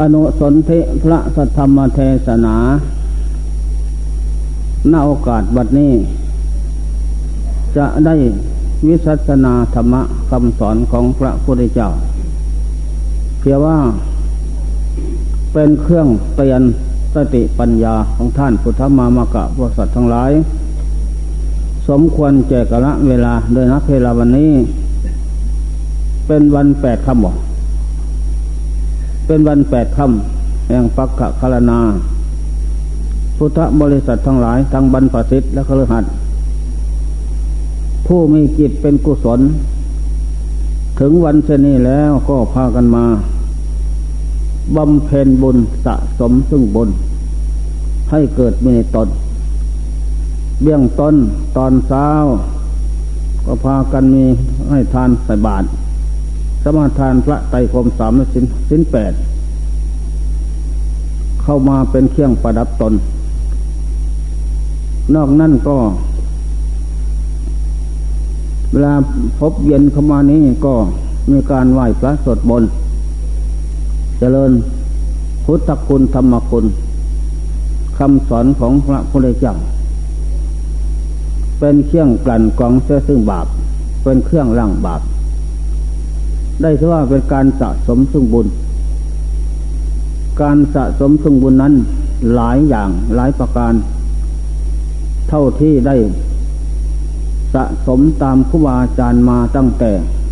นุสนธิพระสัทธรรมเทศนาณโอกาสบัดนี้จะได้วิสัชนาธรรมะคำสอนของพระพุทธเจ้าเพียงว่าเป็นเครื่องเตือนสติปัญญาของท่านพุทธมามกะพวกสัตว์ทั้งหลายสมควรแก่กาลเวลาโดยนับเวลาวันนี้เป็นวัน8 ค่ำเป็นวัน8 ค่ำแห่งปักกะคารนาพุทธบริษัททั้งหลายทั้งบรรพชิตและคฤหัสถ์ผู้มีจิตเป็นกุศลถึงวันเช่นนี้แล้วก็พากันมาบำเพ็ญบุญสะสมซึ่งบุญให้เกิดมีในตนเบื้องต้นตอนเช้าก็พากันมีให้ทานใส่บาตรสมาทานพระไตรภูมิ3และศีล8เข้ามาเป็นเครื่องประดับตนนอกนั้นก็เวลาพบเย็นเข้ามานี้ก็มีการไหว้พระสวดมนต์เจริญพุทธคุณธรรมคุณคำสอนของพระพุทธเจ้าเป็นเครื่องกลั่นกรองเสียซึ่งบาปเป็นเครื่องล้างบาปได้ชื่อว่าเป็นการสะสมซึ่งบุญการสะสมซึ่งบุญนั้นหลายอย่างหลายประการเท่าที่ได้สะสมตามครูบาอาจารย์มาตั้งแต่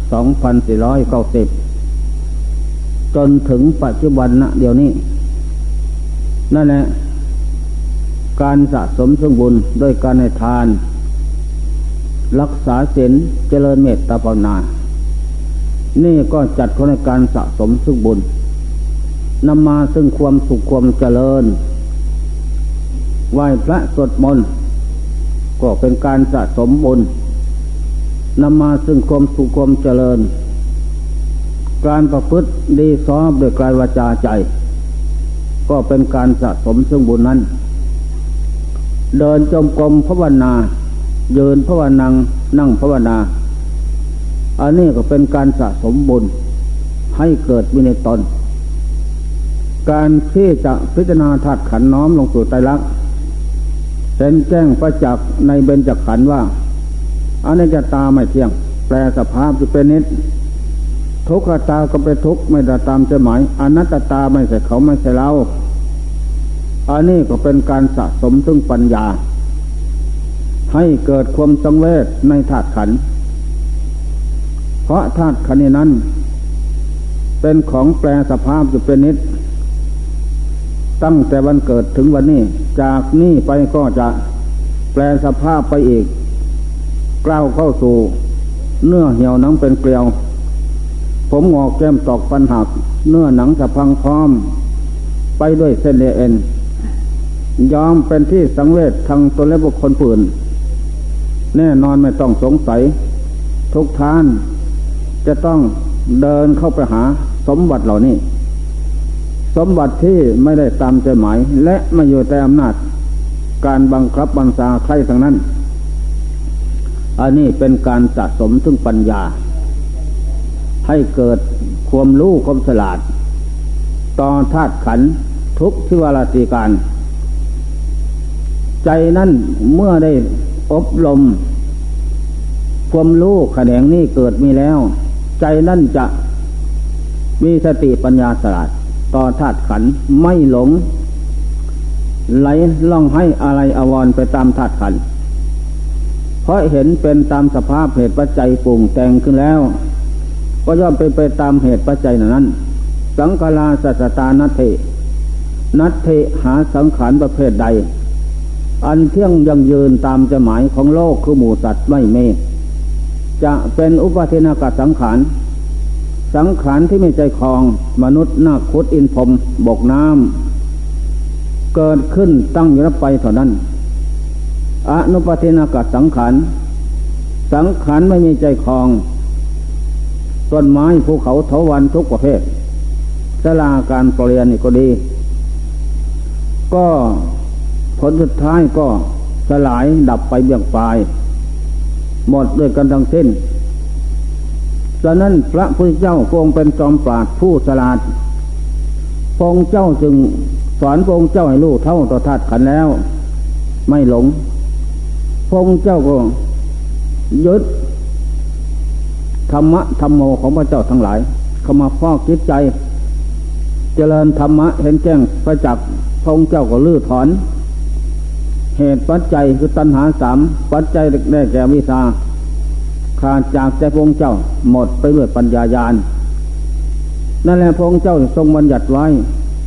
2490จนถึงปัจจุบันณเดี๋ยวนี้นั่นแหละการสะสมซึ่งบุญด้วยการให้ทานรักษาศีลเจริญเมตตาภาวนานี่ก็จัดเข้าในการสะสมซึ่งบุญนำมาซึ่งความสุขความเจริญไหว้พระสวดมนต์ก็เป็นการสะสมบุญนำมาซึ่งความสุขความเจริญการประพฤติดีชอบด้วยกายวาจาใจก็เป็นการสะสมซึ่งบุญนั้นเดินจงกรมภาวนายืนภาวนานั่งภาวนาอันนี้ก็เป็นการสะสมบุญให้เกิดมีในตนการที่จะพิจารณาธาตุขันธ์น้อมลงสู่ไตรลักษณ์เห็นแจ้งประจักษ์ในเบญจขันธ์ว่าอนิจจตาไม่เที่ยงแปรสภาพอยู่เป็นนิจทุกขตาก็เป็นทุกข์ไม่ได้ตามใจหมายอนัตตาไม่ใช่เขาไม่ใช่เราอันนี้ก็เป็นการสะสมซึ่งปัญญาให้เกิดความสังเวชในธาตุขันธ์เพราะธาตุขันธ์นั้นเป็นของแปรสภาพอยู่เป็นนิจตั้งแต่วันเกิดถึงวันนี้จากนี้ไปก็จะแปรสภาพไปอีกกล้าวเข้าสู่เนื้อเหี่ยวหนังเป็นเกลียวผมงอกแก้มตอกฟันหักเนื้อหนังจะพังพร้อมไปด้วยเส้นเอ็นยอมเป็นที่สังเวชทางตนและบุคคลผู้อื่นแน่นอนไม่ต้องสงสัยทุกท่านจะต้องเดินเข้าไปหาสมบัติเหล่านี้สมบัติที่ไม่ได้ตามใจหมายและไม่อยู่ใต้อำนาจการบังคับบัญชาใครทั้งนั้นอันนี้เป็นการสะสมซึ่งปัญญาให้เกิดความรู้ความฉลาดต่อธาตุขันธ์ทุกที่วาระตีการใจนั้นเมื่อได้อบรมความรู้แขนงนี้เกิดมีแล้วใจนั้นจะมีสติปัญญาฉลาดต่อธาตุขันธ์ไม่หลงไหลล่องให้อะไรอาวรณ์ไปตามธาตุขันธ์เพราะเห็นเป็นตามสภาพเหตุปัจจัยปรุงแต่งขึ้นแล้วก็ย่อมเป็นไปตามเหตุปัจจัยนั้นสังขาราสัสตานัตถิหาสังขารประเภทใดอันเที่ยงยังยืนตามใจหมายของโลกคือหมู่สัตว์ไม่มีจะเป็นอุปาทินากสังขารที่ไม่ใจคลองมนุษย์นาคขุดอินพรหมบกน้ำเกิดขึ้นตั้งอยู่แล้วไปเท่านั้นอนุปาทินากสังขารไม่มีใจคลองต้นไม้ภูเขาเถาวัลย์ทุกประเภทศาลาการประเรียนนี่ก็ดีก็ผลสุดท้ายก็สลายดับไปเบี่ยงปลายหมดด้วยกันทั้งสิ้น ฉะนั้นพระพุทธเจ้าคงเป็นจอมปราชญ์ผู้ฉลาดพระองค์เจ้าจึงสอนพระองค์เจ้าให้รู้เท่าต่อธาตุขันธ์แล้วไม่หลงพระองค์เจ้าก็ยึดธรรมะธรรมโมของพระเจ้าทั้งหลายเข้ามาฟอกจิตใจเจริญธรรมะเห็นแจ้งประจักษ์พระองค์เจ้าก็ลื้อถอนเหตุปัจจัยคือตัณหาสามปัจจัยได้แก่วิชาขาดจากใจพระองค์เจ้าหมดไปด้วยปัญญาญาณนั่นแหละพระองค์เจ้าทรงบัญญัติไว้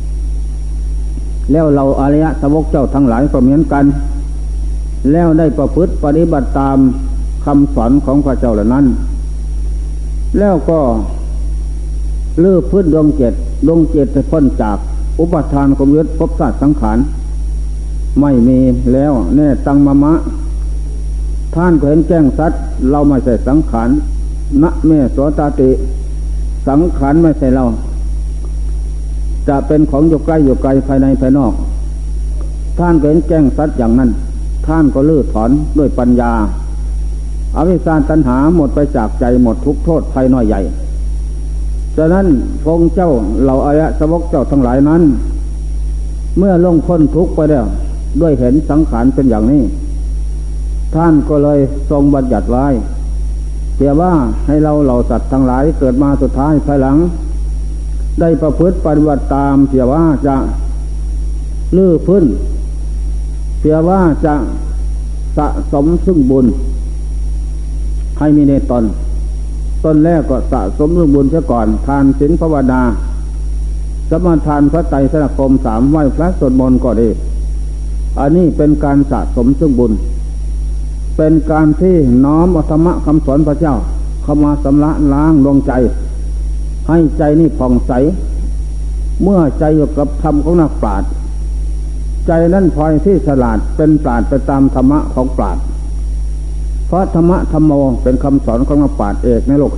แล้วเราอริยสาวกเจ้าทั้งหลายก็เหมือนกันแล้วได้ประพฤติปฏิบัติตามคำสอนของพระเจ้าเหล่านั้นแล้วก็ลื้อพื้นดวงเจตให้พ้นจากอุปทานความยึดภพชาติสังขารไม่มีแล้วแน่ตังมะมะท่านก็เห็นแจ้งสัตว์เราไม่ใช่สังขารนะเมโสตติสังขารไม่ใช่เราจะเป็นของอยู่ใกล้อยู่ไกลภายในภายนอกท่านก็เห็นแจ้งสัตว์อย่างนั้นท่านก็ลื้อถอนด้วยปัญญาอวิชชาตัณหาหมดไปจากใจหมดทุกโทษภัยน้อยใหญ่ฉะนั้นพระองค์เจ้าเหล่าอริยสาวกเจ้าทั้งหลายนั้นเมื่อล่วงพ้นทุกข์ไปแล้วด้วยเห็นสังขารเป็นอย่างนี้ท่านก็เลยทรงบัญญัติไว้เพียงว่าให้เราเหล่าสัตว์ทั้งหลายเกิดมาสุดท้ายภายหลังได้ประพฤติปฏิบัติตามเพียงว่าจะลื้อพื้นเพียงว่าจะสะสมซึ่งบุญให้มีในตนแรกก็สะสมซึ่งบุญเสียก่อนทานศีลภาวนาสมาทานพระไตรสรณคม3ไหว้พระสวดมนต์ก็ดีอันนี้เป็นการสะสมซึ่งบุญเป็นการที่น้อมเอาธรรมะคำสอนพระเจ้าเข้ามาชำระล้างดวงใจให้ใจนี่ผ่องใสเมื่อใจอยู่กับธรรมของนักปราชญ์ใจนั้นพลอยที่ฉลาดเป็นปราชญ์ไปตามธรรมะของปราชญ์เพราะธรรมะธรรมโมเป็นคำสอนของนักปราชญ์เอกในโลก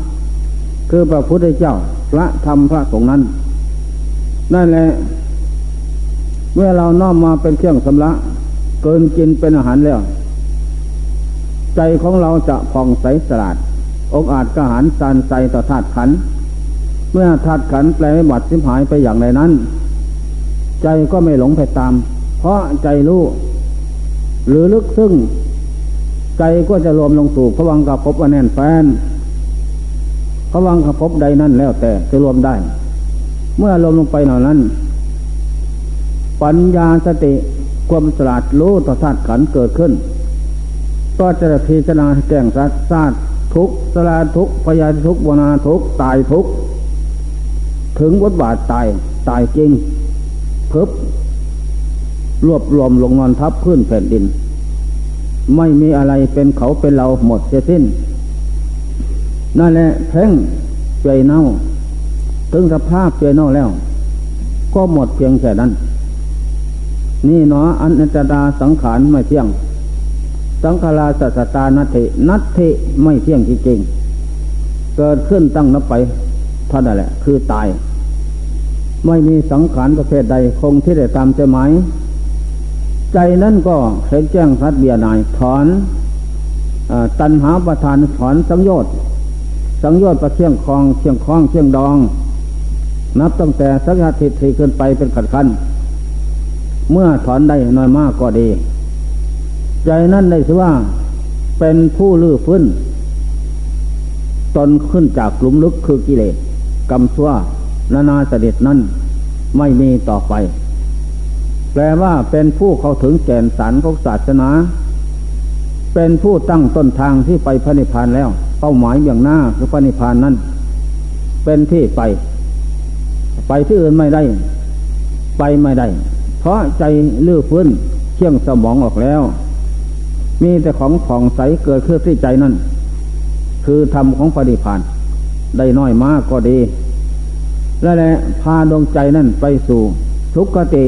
3คือพระพุทธเจ้าพระธรรมพระสงฆ์นั้นนั่นแหละเมื่อเราน้อมมาเป็นเครื่องชำระเกินกินเป็นอาหารแล้วใจของเราจะผ่องใสฉลาดอกอาจกระหายสานใจต่อธาตุขันธ์เมื่อธาตุขันธ์แปลให้หมดสิ้นหายไปอย่างไรนั้นใจก็ไม่หลงไปตามเพราะใจรู้หรือลึกซึ้งใจก็จะรวมลงสู่ภวังคภพอันแน่นแฟ้นภวังคภพใดนั่นแล้วแต่จะรวมได้เมื่อรวมลงไปเหล่านั้นปัญญาสติความฉลาดรู้ต่อธาตุขันธ์เกิดขึ้นก็จะพิจารณาแจ้งสัจจะทุกข์สลาทุกข์พยาธิทุกข์วนาทุกข์ตายทุกข์ถึงบทบาทตายจริงเพิบรวบรวมลงนอนทับพื้นแผ่นดินไม่มีอะไรเป็นเขาเป็นเราหมดเสียสิ้นนั่นแหละแท้งเปื่อยเน่าถึงสภาพเปื่อยเน่าแล้วก็หมดเพียงแค่นั้นนี่เนาะอนัตตาสังขารไม่เที่ยงสังขาราสัสตานัตถิไม่เที่ยงจริงๆเกิดขึ้นตั้งนับไปเท่านั้นแหละคือตายไม่มีสังขารประเภทใดคงที่ได้ตามใจหมายใจนั้นก็เห็นแจ้งชัดเบียร์นายถอนตัณหาประทานถอนสังโยชน์ประเชี่ยงคองเชี่ยงดองนับตั้งแต่สักยะทิฏฐิขึ้นไปเป็นขัดขันเมื่อถอนได้น้อยมากก็ดีใจนั้นได้ชื่อว่าเป็นผู้ลื้อฟื้นตนขึ้นจากหลุมลึกคือกิเลสกรรมชั่วนานาเสด็จนั้นไม่มีต่อไปแปลว่าเป็นผู้เข้าถึงแก่นสารของศาสนาเป็นผู้ตั้งต้นทางที่ไปพระนิพพานแล้วเป้าหมายอย่างหน้าคือพระนิพพานนั้นเป็นที่ไปที่อื่นไม่ได้ไปไม่ได้เพราะใจลื้อฟื้นเชี่ยงสมองออกแล้วมีแต่ของผ่องใสเกิดขึ้นที่ใจนั่นคือธรรมของพระนิพพานได้น้อยมากก็ดีและแหละพาดวงใจนั่นไปสู่ทุกขติ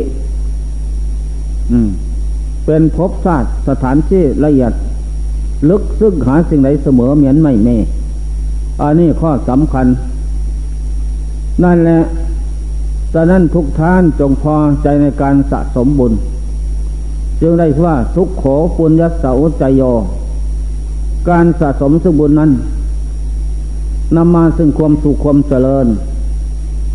เป็นภพชาติสถานที่ละเอียดลึกซึ้งหาสิ่งใดเสมอเหมือนไม่มีอันนี้ข้อสำคัญนั่นแหละฉะนั้นทุกท่านจงพอใจในการสะสมบุญจึงได้ว่าทุกโขปุญญัสสะอุจจโยการสะสมซึ่งบุญนั้นนำมาซึ่งความสุขความเจริญปุ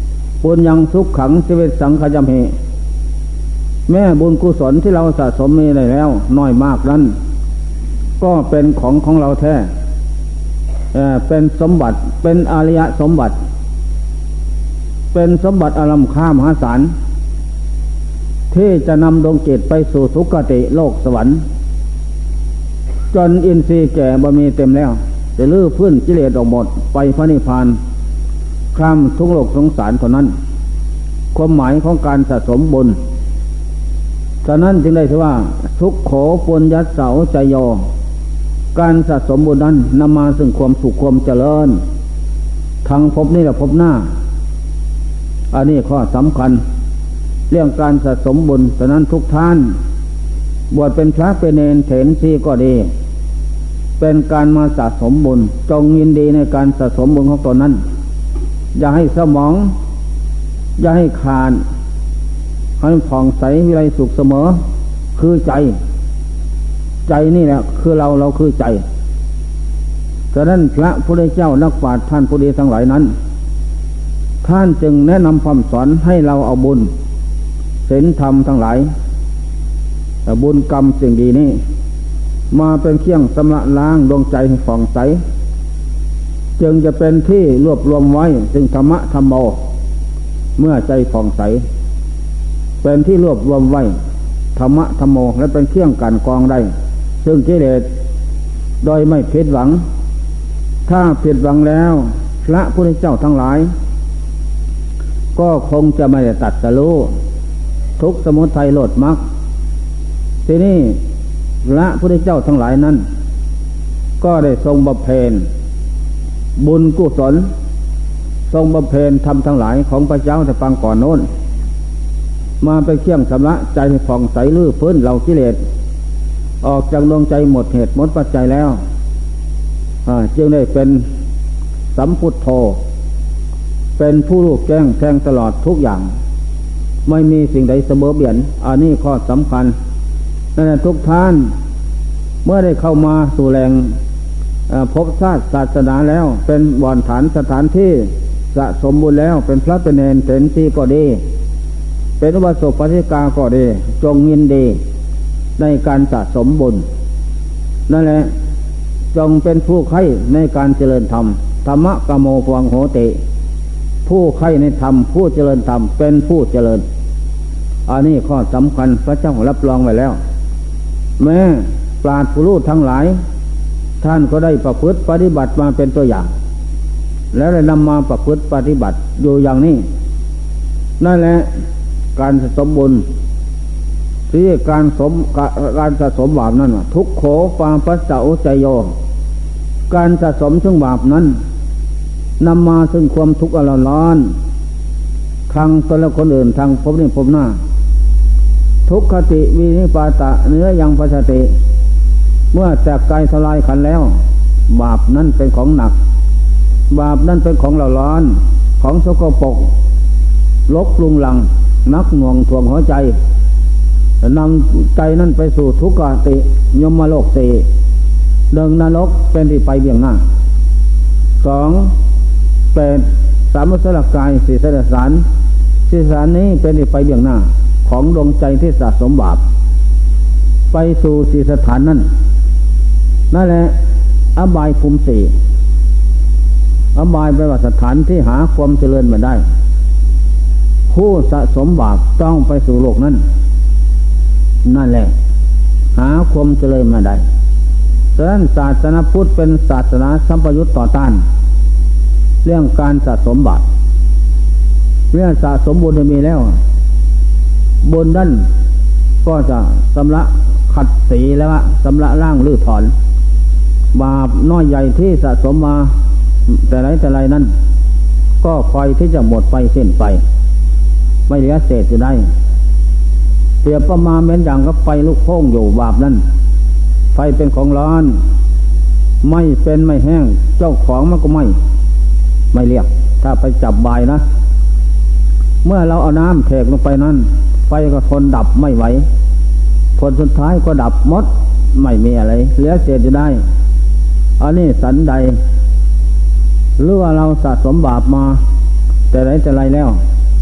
ปุญญังสุขขังชีวิตสังขยมเหแม่บุญกุศลที่เราสะสมมีได้แล้วน้อยมากนั้นก็เป็นของเราแท้เป็นสมบัติเป็นอริยสมบัติเป็นสมบัติอลัมค่ามหาศาลที่จะนำดวงจิตไปสู่ทุกขติโลกสวรรค์จนอินทรีย์แก่บ่มีเต็มแล้วจะลื้อพื้นกิเลสออกหมดไปพระนิพพานข้ามทุกโลกสงสารเท่านั้นความหมายของการสะสมบุญฉะนั้นจึงได้ชื่อว่าทุกโขปุญญัสสาวใจโยการสะสมบุญนั้นนำมาซึ่งความสุขความเจริญทั้งภพนี้และภพหน้าอันนี้ข้อสำคัญเรื่องการสะสมบุญฉะนั้นทุกท่านบวชเป็นพระเป็นเณรเถรชีก็ดีเป็นการมาสะสมบุญจงยินดีในการสะสมบุญของตนนั้นอย่าให้สมองอย่าให้ขาดให้ผ่องใสวิไลสุขเสมอคือใจนี่แหละคือเราคือใจฉะนั้นพระพุทธเจ้านักปราชญ์ท่านผู้ดีทั้งหลายนั้นท่านจึงแนะนำคำสอนให้เราเอาบุญศีลธรรมทั้งหลายแต่บุญกรรมสิ่งดีนี้มาเป็นเครื่องชำระล้างดวงใจให้ผ่องใสจึงจะเป็นที่รวบรวมไว้ซึ่งธรรมะธรรมโมเมื่อใจผ่องใสเป็นที่รวบรวมไว้ธรรมะธรรมโมและเป็นเครื่องกันกองได้ซึ่งกิเลสโดยไม่ผิดหวังถ้าผิดหวังแล้วพระพุทธเจ้าทั้งหลายก็คงจะไม่ได้ตัดสรู้ทุกข์สมุทัยโลดมรรคทีนี้พระพุทธเจ้าทั้งหลายนั้นก็ได้ทรงบำเพ็ญบุญกุศลทรงบำเพ็ญธรรมทั้งหลายของพระเจ้าแต่ปางก่อนโน้นมาไปเครื่องชำระใจให้ผ่องใสลื้อฟื้นเหล่ากิเลสออกจากดวงใจหมดเหตุหมดปัจจัยแล้วจึงได้เป็นสัมพุทโธเป็นผู้รู้แจ้งแทงตลอดทุกอย่างไม่มีสิ่งใดเสมอเบี่ยนอันนี้ข้อสำคัญนั่นแหละทุกท่านเมื่อได้เข้ามาสู่แหล่งพบชาติศาสนาแล้วเป็นบ่อนฐานสถานที่สะสมบุญแล้วเป็นพระเป็นเณรเถรชีก็ดีเป็นอุบาสกอุบาสิกาก็ดีจงยินดีในการสะสมบุญนั่นแหละจงเป็นผู้ใคร่ในการเจริญธรรมธรรมะกโมภวังโหติผู้ใคร่ในธรรมผู้เจริญธรรมเป็นผู้เจริญอันนี้ข้อสำคัญพระเจ้ารับรองไว้แล้วแม้ปราชญ์ผู้รู้ทั้งหลายท่านก็ได้ประพฤติปฏิบัติมาเป็นตัวอย่างแล้วได้นำมาประพฤติปฏิบัติอยู่อย่างนี้นั่นแหละการสะสมบุญที่การสะสมบาปนั้นทุกโขปาปัสสะอุจโยการสะสมซึ่งบาปนั้นนำมาซึ่งความทุกข์ร้อนทางตนและคนอื่นทางภพนี้ภพหน้าทุกขติวินิปาตะเนื้อยังปัสสติเมื่อแตกกายทลายขันแล้วบาปนั้นเป็นของหนักบาปนั้นเป็นของร้อนของสกปรกลบลุงลังนักหน่วงถ่วงหัวใจนำใจนั้นไปสู่ทุกขติยมโลกสี่เดิงนรกเป็นที่ไปเบื้องหน้า2เป็นสามสลกายสี่สสารนี้เป็นที่ไปเบื้องหน้าของดวงใจที่สะสมบาปไปสู่สี่สถานนั้นนั่นแหละอบายภูมิสี่อบายแปลว่าสถานที่หาความเจริญมาได้ผู้สะสมบาปต้องไปสู่โลกนั้นนั่นแหละหาความเจริญมาได้ฉะนั้นศาสนาพุทธเป็นศาสนาสัมปยุตต่อต้านเรื่องการสะสมบาปเรื่องสะสมบุญมีแล้วบุญนั้นก็จะชำระขัดสีแล้วชำระล้างลื้อถอนบาปน้อยใหญ่ที่สะสมมาแต่ไรนั้นก็คอยที่จะหมดไปสิ้นไปไม่เหลือเศษจะได้เปรียบประมาณเหมือนอย่างกับไฟลุกโค้งอยู่บาปนั้นไฟเป็นของร้อนไม่เป็นไม่แห้งเจ้าของมันก็ไม่เรียกถ้าไปจับบายนะเมื่อเราเอาน้ำเทลงไปนั้นไฟก็ทนดับไม่ไหวผลสุดท้ายก็ดับหมดไม่มีอะไรเหลือเศษจะได้อันนี้สันใดหรือว่าเราสะสมบาปมาแต่ไรแล้ว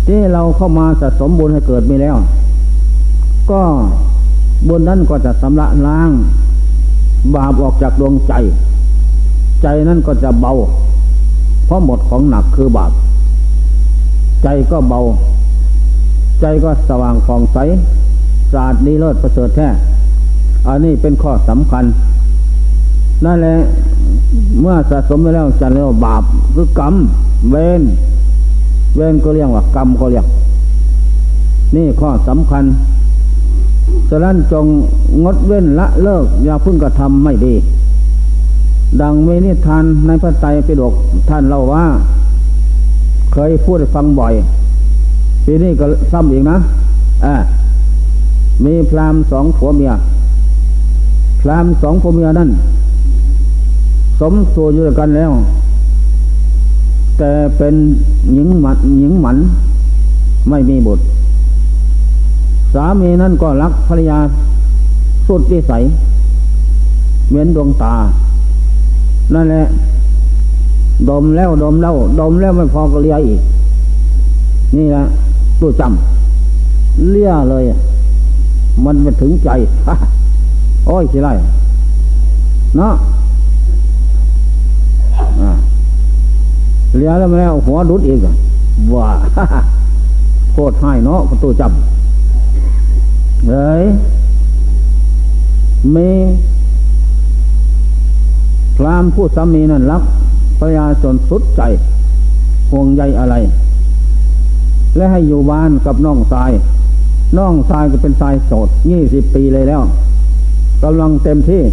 ที่เราเข้ามาสะสมบุญให้เกิดมีแล้ว ก็บุญนั้นก็จะชำระล้างบาปออกจากดวงใจใจนั้นก็จะเบาเพราะหมดของหนักคือบาปใจก็เบาใจก็สว่างผ่องใสสะอาดดีเลิศประเสริฐแท้อันนี้เป็นข้อสำคัญนั่นแหละเมื่อสะสมไปแล้วจะเรียกว่าบาปหรือกรรมเวรก็เรียกว่ากรรมก็เรียกนี่ข้อสำคัญฉะนั้นจงงดเว้นละเลิกอย่าพึ่งกระทำไม่ดีดังมีนิทานในพระไตรปิฎกท่านเล่าว่าเคยพูดให้ฟังบ่อยปีนี้ก็ซ้ำอีกนะมีพราหมณ์สองผัวเมียพราหมณ์สองผัวเมียนั้นสมสู่อยู่ด้วยกันแล้วแต่เป็นหญิงหมันไม่มีบุตรสามีนั้นก็รักภรรยาสุดวิสัยเหมือนดวงตานั่นแหละดมแล้วไม่พอก็เลียอีกนี่แหละตัวจำเลียเลยมันไปถึงใจโอ้ยสิไรเนาะเลียแล้วมาแล้วหัวดุดอีกว่าโคตรให้เนาะตัวจำเลยมีพราหมณ์ผู้สามีนั่นรักภรรยาจนสุดใจห่วงใยอะไรและให้อยู่บ้านกับน้องชายก็เป็นชายโสด20 ปีเลยแล้วกำลังเต็มที่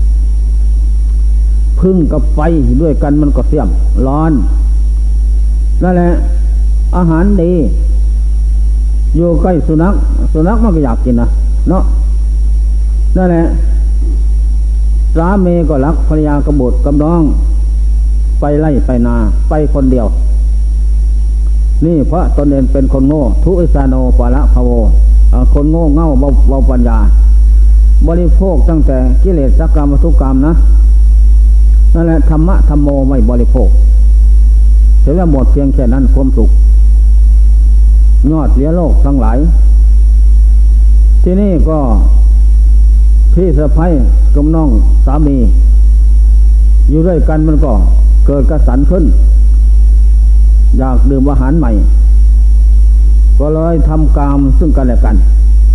พึ่งกับไฟด้วยกันมันก็เสี่ยมร้อนนั่นแหละอาหารดีอยู่ใกล้สุนัขมันก็อยากกินนะเนาะนั่นแหละสามีก็รักภรรยากบุตรกับน้องไปไล่ไปนาไปคนเดียวนี่เพราะตนเองเป็นคนโง่ทุอิสาโนปะละภโวคนโง่เง่าเบาปัญญาบริโภคตั้งแต่กิเลสกรรมวัตถุกรรมนะนั่นแหละธรรมะธรรมโมไม่บริโภคเสร็จแล้วหมดเพียงแค่นั้นความสุขยอดเหลือโลกทั้งหลายที่นี่ก็พี่สะใภ้กับน้องสามีอยู่ด้วยกันมันก็เกิดกระสันขึ้นอยากดื่มอาหารใหม่ก็เลยทำกามซึ่งกันและกัน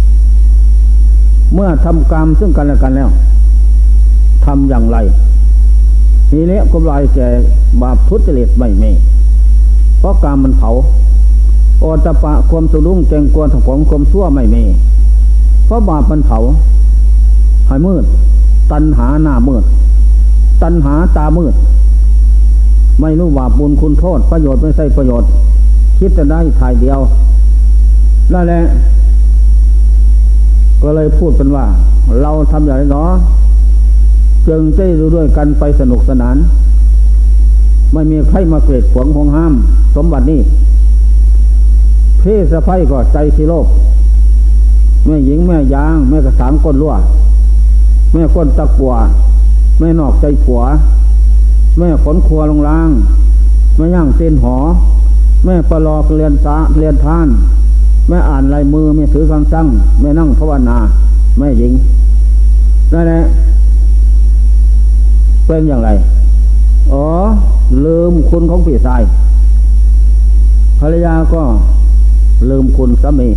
เมื่อทำกามซึ่งกันและกันแล้วทำอย่างไรทีนี้ก็ลอยแก่บาปทุจริตไม่มีเพราะกามมันเผาโอตตปะความสุรุ่งเจงกวนของความชั่วไม่มีเพราะบาปมันเผาให้มืดตัณหาหน้ามืดตัณหาตามืดไม่รู้บาปบุญคุณโทษประโยชน์ไม่ใช่ประโยชน์คิดจะได้ถ่ายเดียวนั่นแหละก็เลยพูดเป็นว่าเราทำอย่างไรเนาะจึงจะดูด้วยกันไปสนุกสนานไม่มีใครมาเกลียดขวางห่วงห้ามสมบัตินี้เพศสะใภ้ก็ใจที่โลภแม่หญิงแม่ยางแม่กระถางก้นรั่วแม่ก้นตะกัวแม่นอกใจผัวแม่ขนครัวลงล้างแม่ย่างเต้นหอแม่ประลอกเรียนทานแม่อ่านลายมือแม่ถือคำสั่งแม่นั่งภาวนาแม่หญิงนั่นแหละเป็นอย่างไรลืมคุณของพี่ชายภรรยาก็ลืมคุณสามี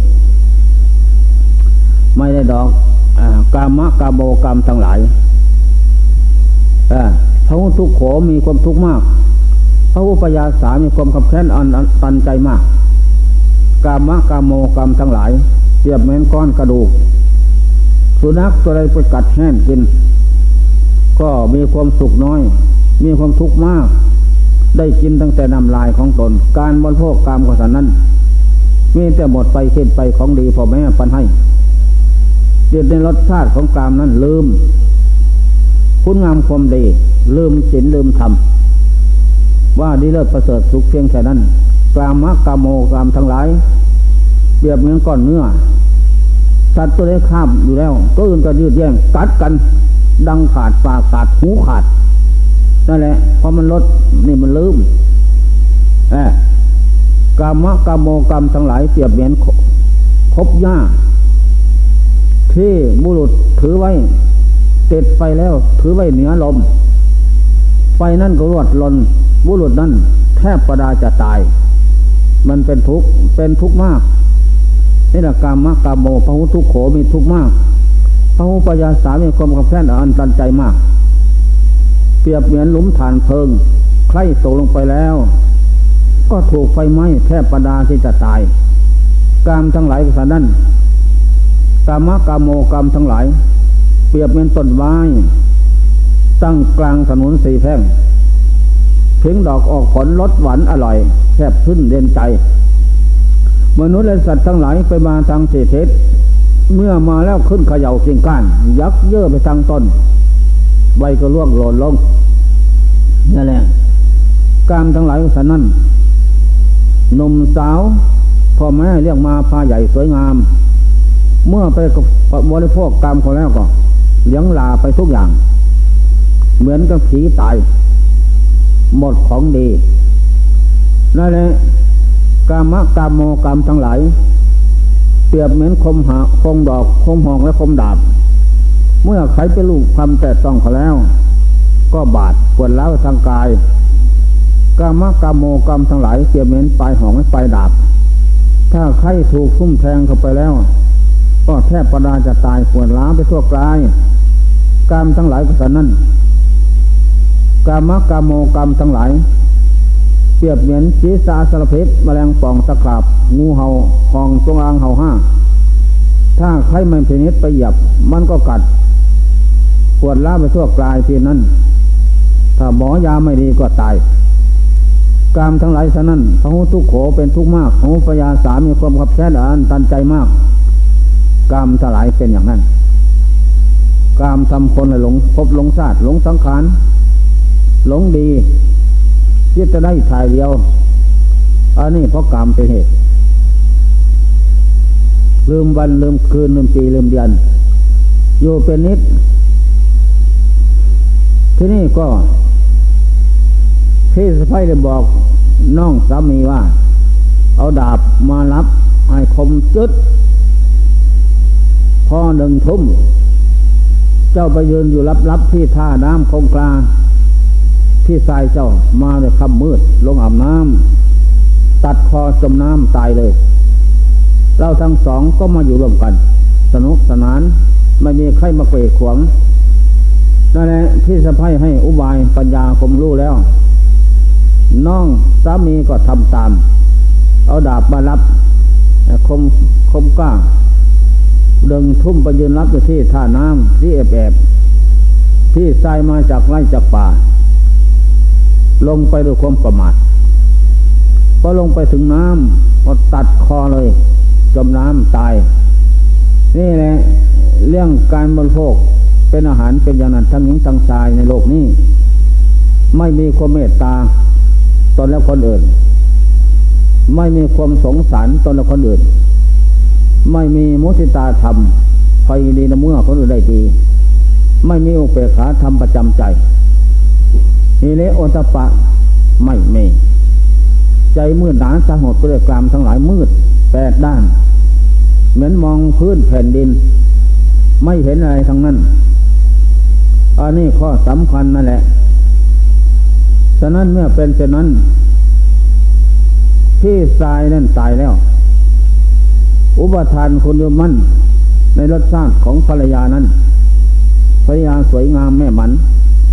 ไม่ได้ดอกกามะกามโมกามทั้งหลายพระทุกข์โขมีความทุกข์มากพระอุปยาสามีความขับแค้นตันใจมากกามะกามโมกามทั้งหลายเปรียบเหมือนก้อนกระดูกสุนัขตัวใดไปกัดแห้งกินก็มีความสุขน้อยมีความทุกข์มากได้กินตั้งแต่น้ำลายของตนการบริโภคกามกษันนั้นมีแต่หมดไปสิ้นไปของดีพ่อแม่ปันให้เกิดในรสชาติของกามนั้นลืมคุณงามความดีลืมศีลลืมธรรมว่าดีเลิศประเสริฐสุขเพียงแค่นั้นกามะกามโมกามทั้งหลายเปรียบเหมือนก้อนเนื้อสัตว์ตัวได้ข้ามอยู่แล้วตัวอื่นก็ยืดแย่งกัดกันดังขาดปากขาดหูขาดนั่นแหละเพราะมันลดนี่มันลืมกามะกามโมกรรมทั้งหลายเปรียบเหมือนคบหญ้าที่บุรุษถือไว้ติดไฟแล้วถือไว้เหนือลมไฟนั่นก็รวดลนบุรุษนั้นแทบประดาจะตายมันเป็นทุกข์มากนี่แหละกามะกามโมพหุทุกโขมีทุกข์มากพหุปยาสามีความขับแค้นอันตันใจมากเปรียบเหมือนหลุมฐานเพลิงใครตกลงไปแล้วก็ถูกไฟไหม้แทบประดาที่จะตายกามทั้งหลายก็ฉะนั้นกามะกามโมกรรมทั้งหลายเปรียบเหมือนต้นไม้ตั้งกลางถนนสี่แพร่งเพ่งดอกออกผลรสหวานอร่อยแทบขึ้นเด่นใจมนุษย์และสัตว์ทั้งหลายไปมาทางสี่ทิศเมื่อมาแล้วขึ้นเขย่ากิ่งก้านยักเย่อไปทางต้นใบก็ร่วงหล่นลงนั่นแหละกามทั้งหลายก็ฉะนั้นหนุ่มสาวพ่อแม่เรียกมาพาใหญ่สวยงามเมื่อไปบริโภคกามเขาแล้วก็เลี้ยงลาไปทุกอย่างเหมือนกับผีตายหมดของดีนั่นแหละกามะกามโมกรรมทั้งหลายเปรียบเหมือนคมดอกคมหอกและคมดาบเมื่อใครไปลูกความแต่ต้องเขาแล้วก็บาดปวดร้าวทางกายกามะกามโมกรรมทั้งหลายเปรียบเหมือนปลายหอกและปลายดาบถ้าใครถูกทุ่มแทงเข้าไปแล้วก็แทบประดาจะตายปวดร้าวไปทั่วกายกามทั้งหลายก็ฉะนั้นกามะกามโมกรรมทั้งหลายเปรียบเหมือนศีรษะสารพิษแมลงป่องตะขาบงูเห่าหองจงอางเห่าห้าถ้าใครมันพินิจไปเหยียบมันก็กัดปวดร้าวไปทั่วกายทีนั้นถ้าหมอยาไม่ดีก็ตายกามทั้งหลายฉะนั้นพหุทุกโขเป็นทุกข์มากพหุปยาสามีความขับแค้นอันตันใจมากกามทั้งหลายเป็นอย่างนั้นกามทำคนให้หลงภพหลงชาติหลงสังขารหลงดีที่จะได้ถ่ายเดียวอันนี้เพราะกามเป็นเหตุลืมวันลืมคืนลืมปีลืมเดือนอยู่เป็นนิดที่นี่ก็พี่สะใภ้ได้บอกน้องสามีว่าเอาดาบมารับให้คมจึ๊ดพอหนึ่งทุ่มเจ้าไปยืนอยู่ลับๆที่ท่าน้ำคงคลาที่ทรายเจ้ามาในค่ำมืดลงอาบน้ำตัดคอจมน้ำตายเลยเราทั้งสองก็มาอยู่ร่วมกันสนุกสนานไม่มีใครมาเกลียดขวางนั่นแหละพี่สะใภ้ให้อุบายปัญญาคมรู้แล้วน้องสามีก็ทำตามเอาดาบมารับคมกล้าดึงทุ่มไปยืนรับอยู่ที่ท่าน้ำที่แอบที่ทรายมาจากไร่จากป่าลงไปด้วยความประมาทพอลงไปถึงน้ำก็ตัดคอเลยจมน้ำตายนี่แหละเรื่องการบริโภคเป็นอาหารเป็นอย่างนั้นทั้งหญิงทั้งชายในโลกนี้ไม่มีความเมตตาตนและคนอื่นไม่มีความสงสารตนและคนอื่นไม่มีมุทิตาธรรมพอดีในเมื่อคนอื่นได้ดีไม่มีอุเบกขาธรรมประจำใจฮิริโอตปะไม่มีใจมืดหนาสงบด้วยกามทั้งหลายมืด8 ด้านเหมือนมองพื้นแผ่นดินไม่เห็นอะไรทั้งนั้นอันนี้ข้อสำคัญนั่นแหละฉะนั้นเมื่อเป็นเช่นนั้นที่ทรายนั่นตายแล้วอุปทานคนยึดมั่นในรสชาติของภรรยานั้นภรรยาสวยงามแม่หมัน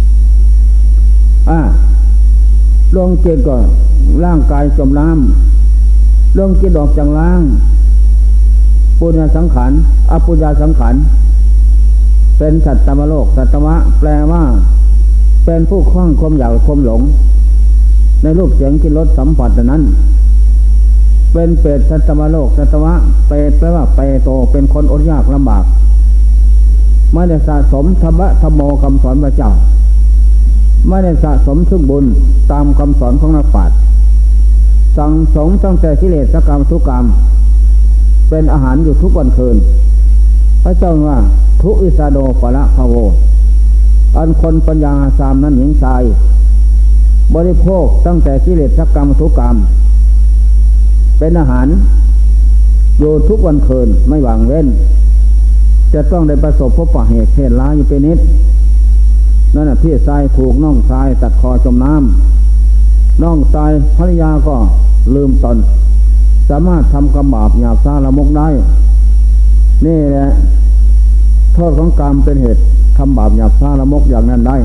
ดวงจิตก็ร่างกายจมน้ำดวงจิตออกจากร่างปุญญสังขารอปุญญสังขารเป็นสัตตมโลกสัตตวะแปลว่าเป็นผู้คล้องความอยากความหลงในรูปเสียงกลิ่นรสสัมผัสนั้นเป็นเปรตสัตตมโลกสัตตวะเปรตแปลว่าเปรโตเป็นคนอดยากลำบากไม่ได้สะสมธรรมะธรรมโมคำสอนพระเจ้าไม่ได้สะสมซึ่งบุญตามคำสอนของนักปราชญ์สั่งสมตั้งแต่กิเลสกรรมทุกกรรมเป็นอาหารอยู่ทุกวันคืนพระเจ้าว่าทุอิสาโดปะละภะโวอันคนปัญญาสามนั้นหญิงชายบริโภคตั้งแต่กิเลสกรรมทุกกรรมเป็นอาหารอยู่ทุกวันคืนไม่ว่างเว้นจะต้องได้ประสบพบปะเหตุเพศร้ายอยู่เป็นนิดนั่นน่ะพี่ชายถูกน้องชายตัดคอจมน้ำน้องชายภรรยาก็ลืมตนสามารถทำกรรมบาปหยาบช้าละมกได้นี่แหละโทษของกรรมเป็นเหตุทำบาปหยาบช้าละมกอย่างนั้นได้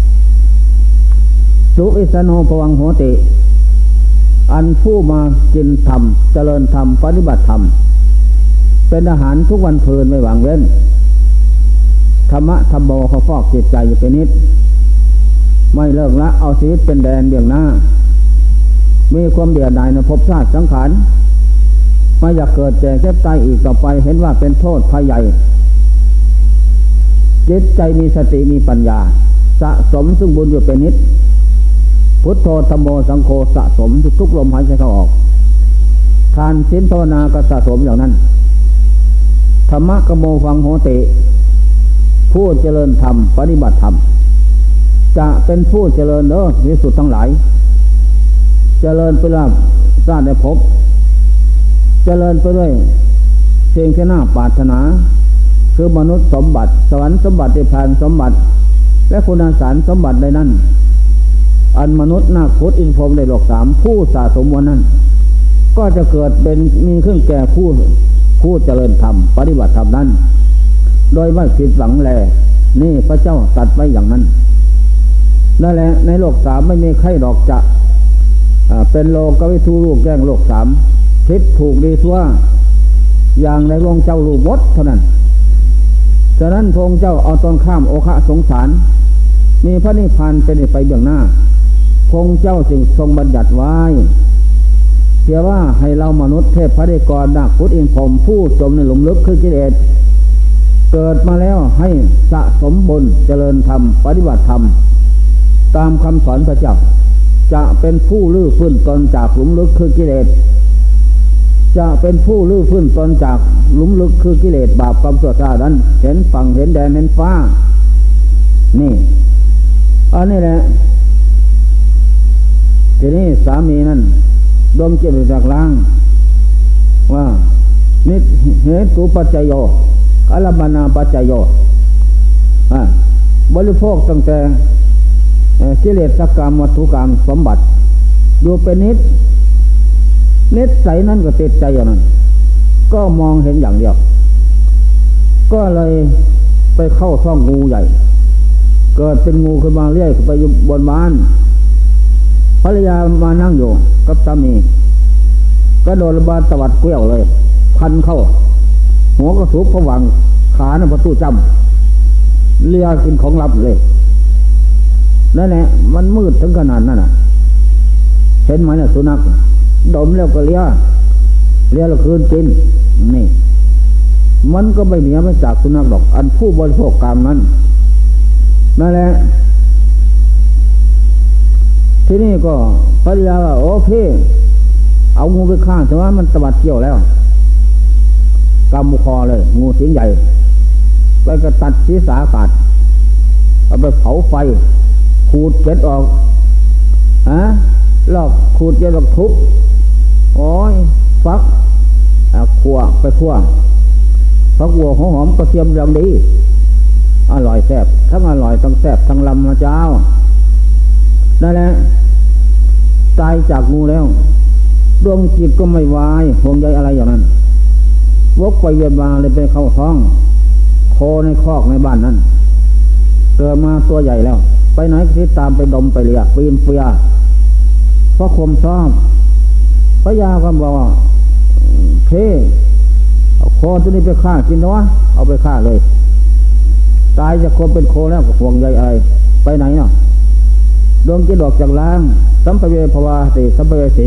สุอิสโนภวังโหติอันผู้มากินธรรมเจริญธรรมปฏิบัติธรรมเป็นอาหารทุกวันคืนไม่หวังเว้นธรรมะธรรมโมเขาฟอกจิตใจอยู่เป็นนิดไม่เลิกละเอาชีวิตเป็นแดนเบี่ยงหน้ามีความเบื่อหน่ายในภพชาติสังขารไม่อยากเกิดแก่เจ็บตายอีกต่อไปเห็นว่าเป็นโทษภัยใหญ่จิตใจมีสติมีปัญญาสะสมซึ่งบุญอยู่เป็นนิดพุทโธธัมโมสังโฆสะสมทุกลมหายใจเข้าออกทานศีลภาวนาก็สะสมอย่างนั้นธรรมะกโมฟังโหติผู้เจริญธรรมปฏิบัติธรรมจะเป็นผู้เจริญวิสุทธิ์ทั้งหลายเจริญไปด้วยชาติได้พบเจริญไปด้วยสิ่งที่น่าปรารถนาคือมนุษย์สมบัติสวรรค์สมบัตินิพพานสมบัติและคุณสารสมบัติใดนั้นอันมนุษย์นาคตอินพรหมในโลกสามผู้สะสมวันนั้นก็จะเกิดเป็นมีขึ้นแก่ผู้เจริญธรรมปฏิบัติธรรมนั้นโดยไม่ผิดหวังแลนี่พระเจ้าตรัสไว้อย่างนั้นนั่นแหละในโลกสามไม่มีใครดอกจะเป็นโลกวิทูลูกแย่งโลกสามผิดถูกดีชั่วอย่างในหลวงเจ้าลูกมดเท่านั้นฉะนั้นพระองค์เจ้าเอาตอนข้ามโอคะสงสารมีพระนิพพานเป็นไปเบื้องหน้าพระองค์เจ้าจึงทรงบัญญัติไว้เพียงว่าให้เรามนุษย์เทพพระเดชกรนาคพุทธอินพรหมผู้จมในหลุมลึกคือกิเลสเกิดมาแล้วให้สะสมบุญเจริญธรรมปฏิบัติธรรมตามคำสอนพระเจ้าจะเป็นผู้ลื้อฟื้นตนจากหลุมลึกคือกิเลสจะเป็นผู้ลื้อฟื้นตนจากหลุมลึกคือกิเลสบาปความชั่วช้านั้นเห็นฝั่งเห็นแดนเห็นฟ้านี่อันนี้แหละทีนี้สามีนั่นดมจิตจากล่างว่านิเหตุปัจจโยอารมณาปัจจโยบริโภคตั้งแต่กิเลสกรรมวัตถุกรรมสมบัติดูเป็นนิสัยนั้นก็ติดใจอย่างนั้นก็มองเห็นอย่างเดียวก็เลยไปเข้าท้องงูใหญ่เกิดเป็นงูขึ้นมาเรื่อยไปอยู่บนบ้านภรรยามานั่งอยู่กับสามีก็โดนระบาดตวัดเกลี้ยวเลยพันเข้าหัวก็สูบผวังขาในประตูจำเลียกินของลับเลยนั่นแหละมันมืดถึงขนาดนั้นน่ะเห็นไหมเนี่ยสุนัขดมแล้วก็เลียแล้วคืนกินนี่มันก็ไม่เหนียวไม่จากสุนัขดอกอันผู้บริโภคกรรมนั้นนั่นแหละที่นี่ก็ภรรยาว่าโอเคเอางูไปฆ่าแต่ว่ามันตวัดเกี่ยวแล้วกำคอเลยงูสิงใหญ่ไปก็ตัดศีรษะขาดเอาไปเผาไฟขูดเกล็ดออกลอกขูดเกล็ดออกทุบโอ้ยฟักขั่วไปขั่วฟักวัวหอมกระเทียมอย่างดีอร่อยแซ่บทั้งอร่อยทั้งแซ่บทั้งลำมาเจ้านั่นแหละตายจากงูแล้วดวงจิตก็ไม่วายห่วงใยอะไรอย่างนั้นวกไปเวียนมาเลยไปเข้าท้องโคในคอกในบ้านนั้นเกิดมาตัวใหญ่แล้วไปไหนก็ติดตามไปดมไปเลียปีนเฟียเพราะความชอบพระยาก็บอกว่าเพ่เอาโคตัวนี้ไปฆ่ากินวะเอาไปฆ่าเลยตายจากคนเป็นโคแล้วก็ห่วงใยอะไรไปไหนเนาะดวงจิตออกจากล่างสัมภเวภวาติสัมภเวสี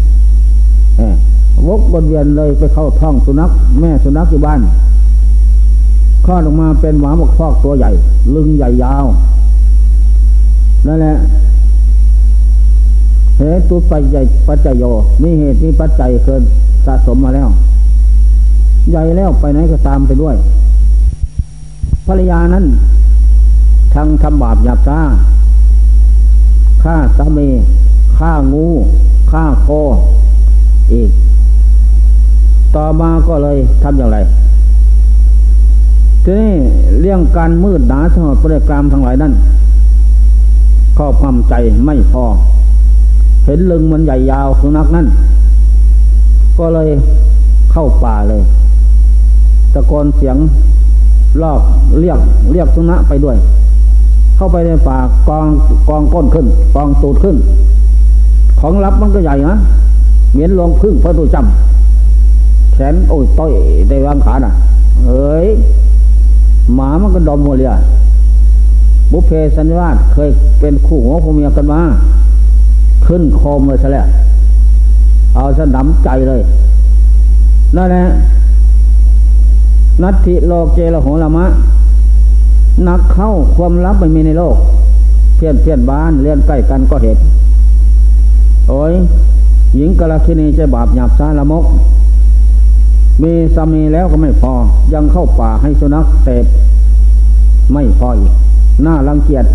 วกบนเวียนเลยไปเข้าท้องสุนัขแม่สุนัขอยู่บ้านคลอดออกมาเป็นหมาหมกฟอกตัวใหญ่ลึงใหญ่ยาวนั่นแหละเหตุปัจจัยโยมีเหตุมีปัจจัยเกินสะสมมาแล้วใหญ่แล้วไปไหนก็ตามไปด้วยภรรยานั้นทางทำบาปหยาบช้าฆ่าสามีฆ่างูฆ่าโคอีกต่อมาก็เลยทำอย่างไรทีนี้เรื่องการมืดหนาสหดประกรรมทั้งหลายนั้นครอบความใจไม่พอเห็นลึงมันใหญ่ยาวสุนัขนั่นก็เลยเข้าป่าเลยตะโกนเสียงลอกเรียกสุนัขไปด้วยเข้าไปในป่ากองก้นขึ้นกองตูดขึ้นของลับมันก็ใหญ่นะเหมือนลงพึ่งพระตูจำแขนโอ้ยต้อยได้วางขาน่ะเอ้ยหมามันก็ดมหัวเรียบุพเพสันนิวาสเคยเป็นคู่หัวผัวเมียกันมาขึ้นโคมเลยซะแล้วเอาซะหนำใจเลยนั่นแหละนัตถิโลเกละโหละมะนักเข้าความลับไม่มีในโลกเพี้ยนบ้านเลื่อนใกล้กันก็เห็นโอ้ยหญิงกาลคินีใจบาปหยาบช้าละมกมีสามีแล้วก็ไม่พอยังเข้าป่าให้สุนัขเสพไม่พออีกน่ารังเกียจ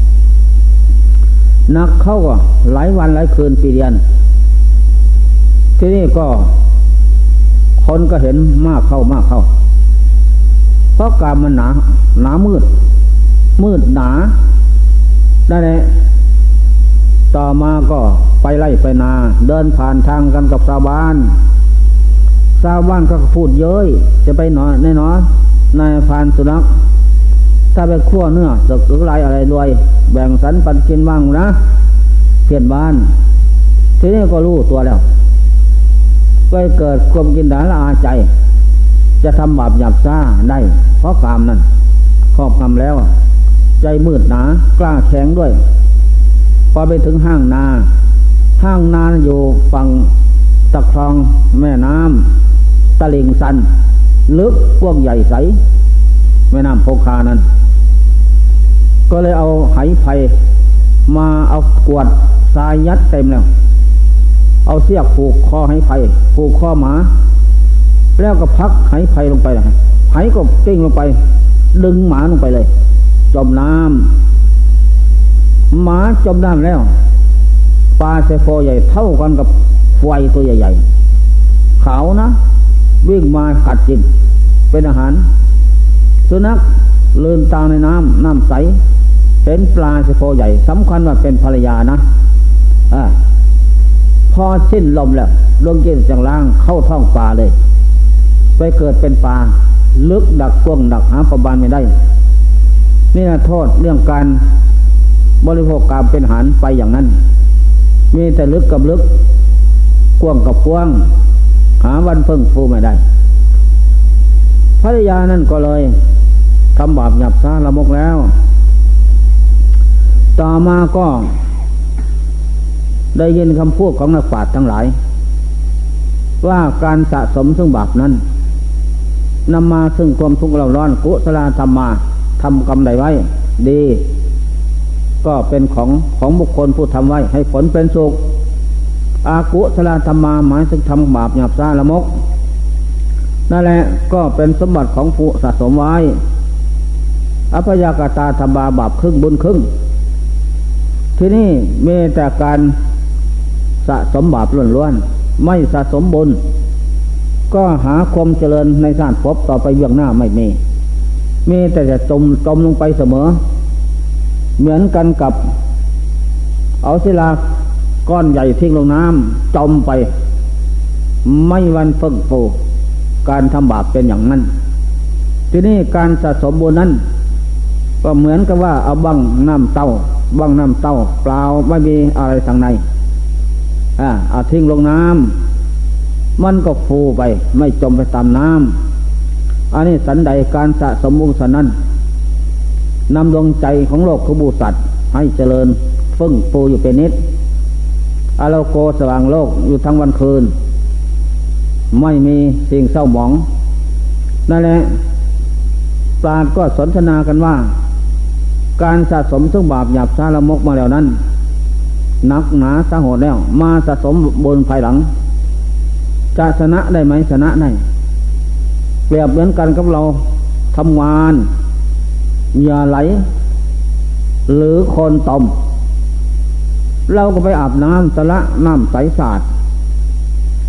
นักเข้าก็หลายวันหลายคืนปีเดือนที่นี่ก็คนก็เห็นมากเข้าเพราะกามมันหนามืดหนาได้เลยต่อมาก็ไปไล่ไปนาเดินผ่านทางกันกับชาวบ้านก็พูดเย้ยจะไปหนอในหนอนายพานสุนัขถ้าไปคั่วเนื้อจะหรืออะไรรวยแบ่งสรรปันกินบ้างนะเพื่อนบ้านทีนี้ก็รู้ตัวแล้วก็เกิดความกินด่าละอาใจจะทำบาปหยาบซ่าได้เพราะกามนั้นครอบงำแล้วใจมืดหนากล้าแข็งด้วยพอไปถึงห้างนาอยู่ฝั่งตะคลองแม่น้ำตะลิงสันลึกกว้างใหญ่ใสแม่น้ำโพคานั้นก็เลยเอาไหไผ่มาเอากวดทรายยัดเต็มแล้วเอาเสียกผูกคอไหไผ่ผูกคอหมาแล้วก็พักไหไผ่ลงไปนะไหก็กิ้งลงไปดึงหมาลงไปเลยจมน้ำหมาจมน้ำแล้วปลาเซโฟใหญ่เท่ากันกับไฟตัวใหญ่ๆขาวนะวิ่งมากัดกินเป็นอาหารสุนัขลืมตาในน้ำใสเป็นปลาเซโฟใหญ่สำคัญว่าเป็นภรรยานะพอสิ้นลมแล้วดวงจิตจังล่างเข้าท้องปลาเลยไปเกิดเป็นปลาลึกดักกว้างดักหาประมาณไม่ได้นี่นะโทษเรื่องการบริโภคกามเป็นอาหารไปอย่างนั้นมีแต่ลึกกับลึกกว้างกับกว้างหาวันเพิ่งฟูไม่ได้ภรรยานั่นก็เลยทำบาปหยาบช้าละมกแล้วต่อมาก็ได้ยินคำพูดของนักปราชญ์ทั้งหลายว่าการสะสมซึ่งบาปนั้นนำมาซึ่งความทุกข์เราร้อนกุศลธรรมมาทำกรรมใดไว้ดีก็เป็นของบุคคลผู้ทำไว้ให้ผลเป็นสุขอากุศลธรรมมาหมายถึงทำบาปหยาบช้าละมกนั่นแหละก็เป็นสมบัติของผู้สะสมไว้อภยากตาธรรมบาปครึ่งบุญครึ่งที่นี่มีแต่การสะสมบาปล้วนๆไม่สะสมบุญก็หาความเจริญในชาติภพต่อไปเบื้องหน้าไม่มีแต่จะจมลงไปเสมอเหมือนกันกับเอาศิลาก้อนใหญ่ทิ้งลงน้ำจมไปไม่วันเพิ่งฟูการทำบาปเป็นอย่างนั้นทีนี้การสะสมบุญนั้นก็เหมือนกับว่าเอาบังน้ำเต้าเปล่าไม่มีอะไรทางในเอาทิ้งลงน้ำมันก็ฟูไปไม่จมไปตามน้ำอันนี้สันใดการสะสมบุญสันนั้นนำดวงใจของโลกขบูสัตว์ให้เจริญฟึ่งฟูอยู่เป็นนิดอโลโกสว่างโลกอยู่ทั้งวันคืนไม่มีสิ่งเศร้าหมองนั่นแหละปราชญ์ก็สนทนากันว่าการสะสมซึ่งบาปหยาบช้าละมกมาแล้วนั้นหนักหนาสาหัสแล้วมาสะสมบนภายหลังจะชนะได้ไหมชนะได้เปรียบเหมือนกันกับเราทำงานเหงื่อไหลหรือโคลนตมเราก็ไปอาบน้ำสระน้ำใสสะอาด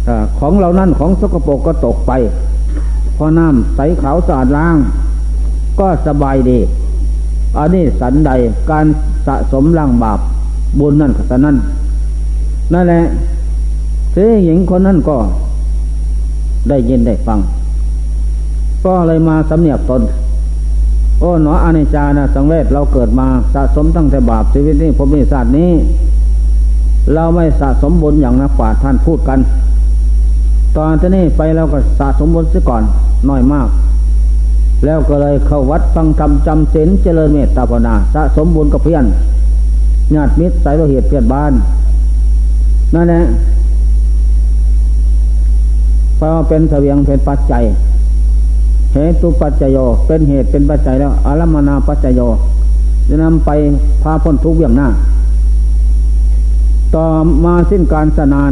ของเรานั่นของสกปรกก็ตกไปพอน้ำใสขาวสะอาดล้างก็สบายดีอันนี้สันใดการสะสมล้างบาปบุญนั่นขนาดนั้นนั่นแหละเสียหญิงคนนั้นก็ได้ยินได้ฟังก็เลยมาสำเนียกตนโอ้หนออนิจจานะสังเวชเราเกิดมาสะสมตั้งแต่บาปชีวิตนี้ภพนี้ชาตินี้เราไม่สะสมบุญอย่างนักปราชญ์ท่านพูดกันตอนนี้ไปเราก็สะสมบุญซะก่อนน้อยมากแล้วก็เลยเข้าวัดฟังธรรมจำศีลเจริญเมตตาภาวนาสะสมบุญกับเพื่อนญาติมิตรสายโลหิตเพื่อนบ้านนั่นแหละเพราะเป็นเสวียงเป็นปัจจัยเหตุปัจจโยเป็นเหตุเป็นปัจจัยแล้วอารมณปัจจโยจะนำไปพาพ้นทุกข์เบื้องหน้าต่อมาสิ้นการสนาน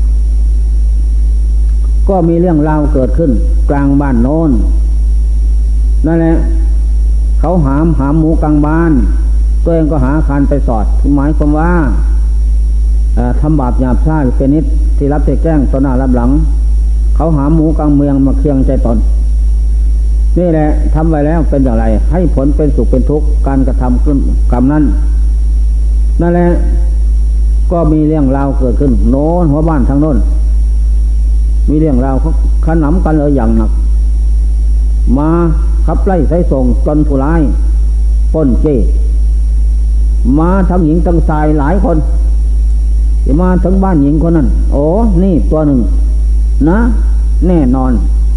ก็มีเรื่องราวเกิดขึ้นกลางบ้านโน้นนั่นแหละเขาหามหมูกลางบ้านตัวเองก็หาคานไปสอดหมายความว่าทำบาปหยาบช้าเป็นนิดที่รับที่แกล้งต่อหน้ารับหลังเขาหามหมูกลางเมืองมาเคียงใจตนนี่แหละทำไว้แล้วเป็นอย่างไรให้ผลเป็นสุขเป็นทุกข์การกระทำขึ้นกรรมนั้นนั่นแหละก็มีเรื่องราวเกิดขึ้นโน้นหัวบ้านทางโน้นมีเรื่องราวเขาขนำกันเลยอย่างหนักมาขับไล่ใส่ส่งจนผู้ร้ายป้นเจ้มาทั้งหญิงทั้งชายหลายคนมาถึงบ้านหญิงคนนั้นโอ้นี่ตัวหนึ่งนะแน่นอน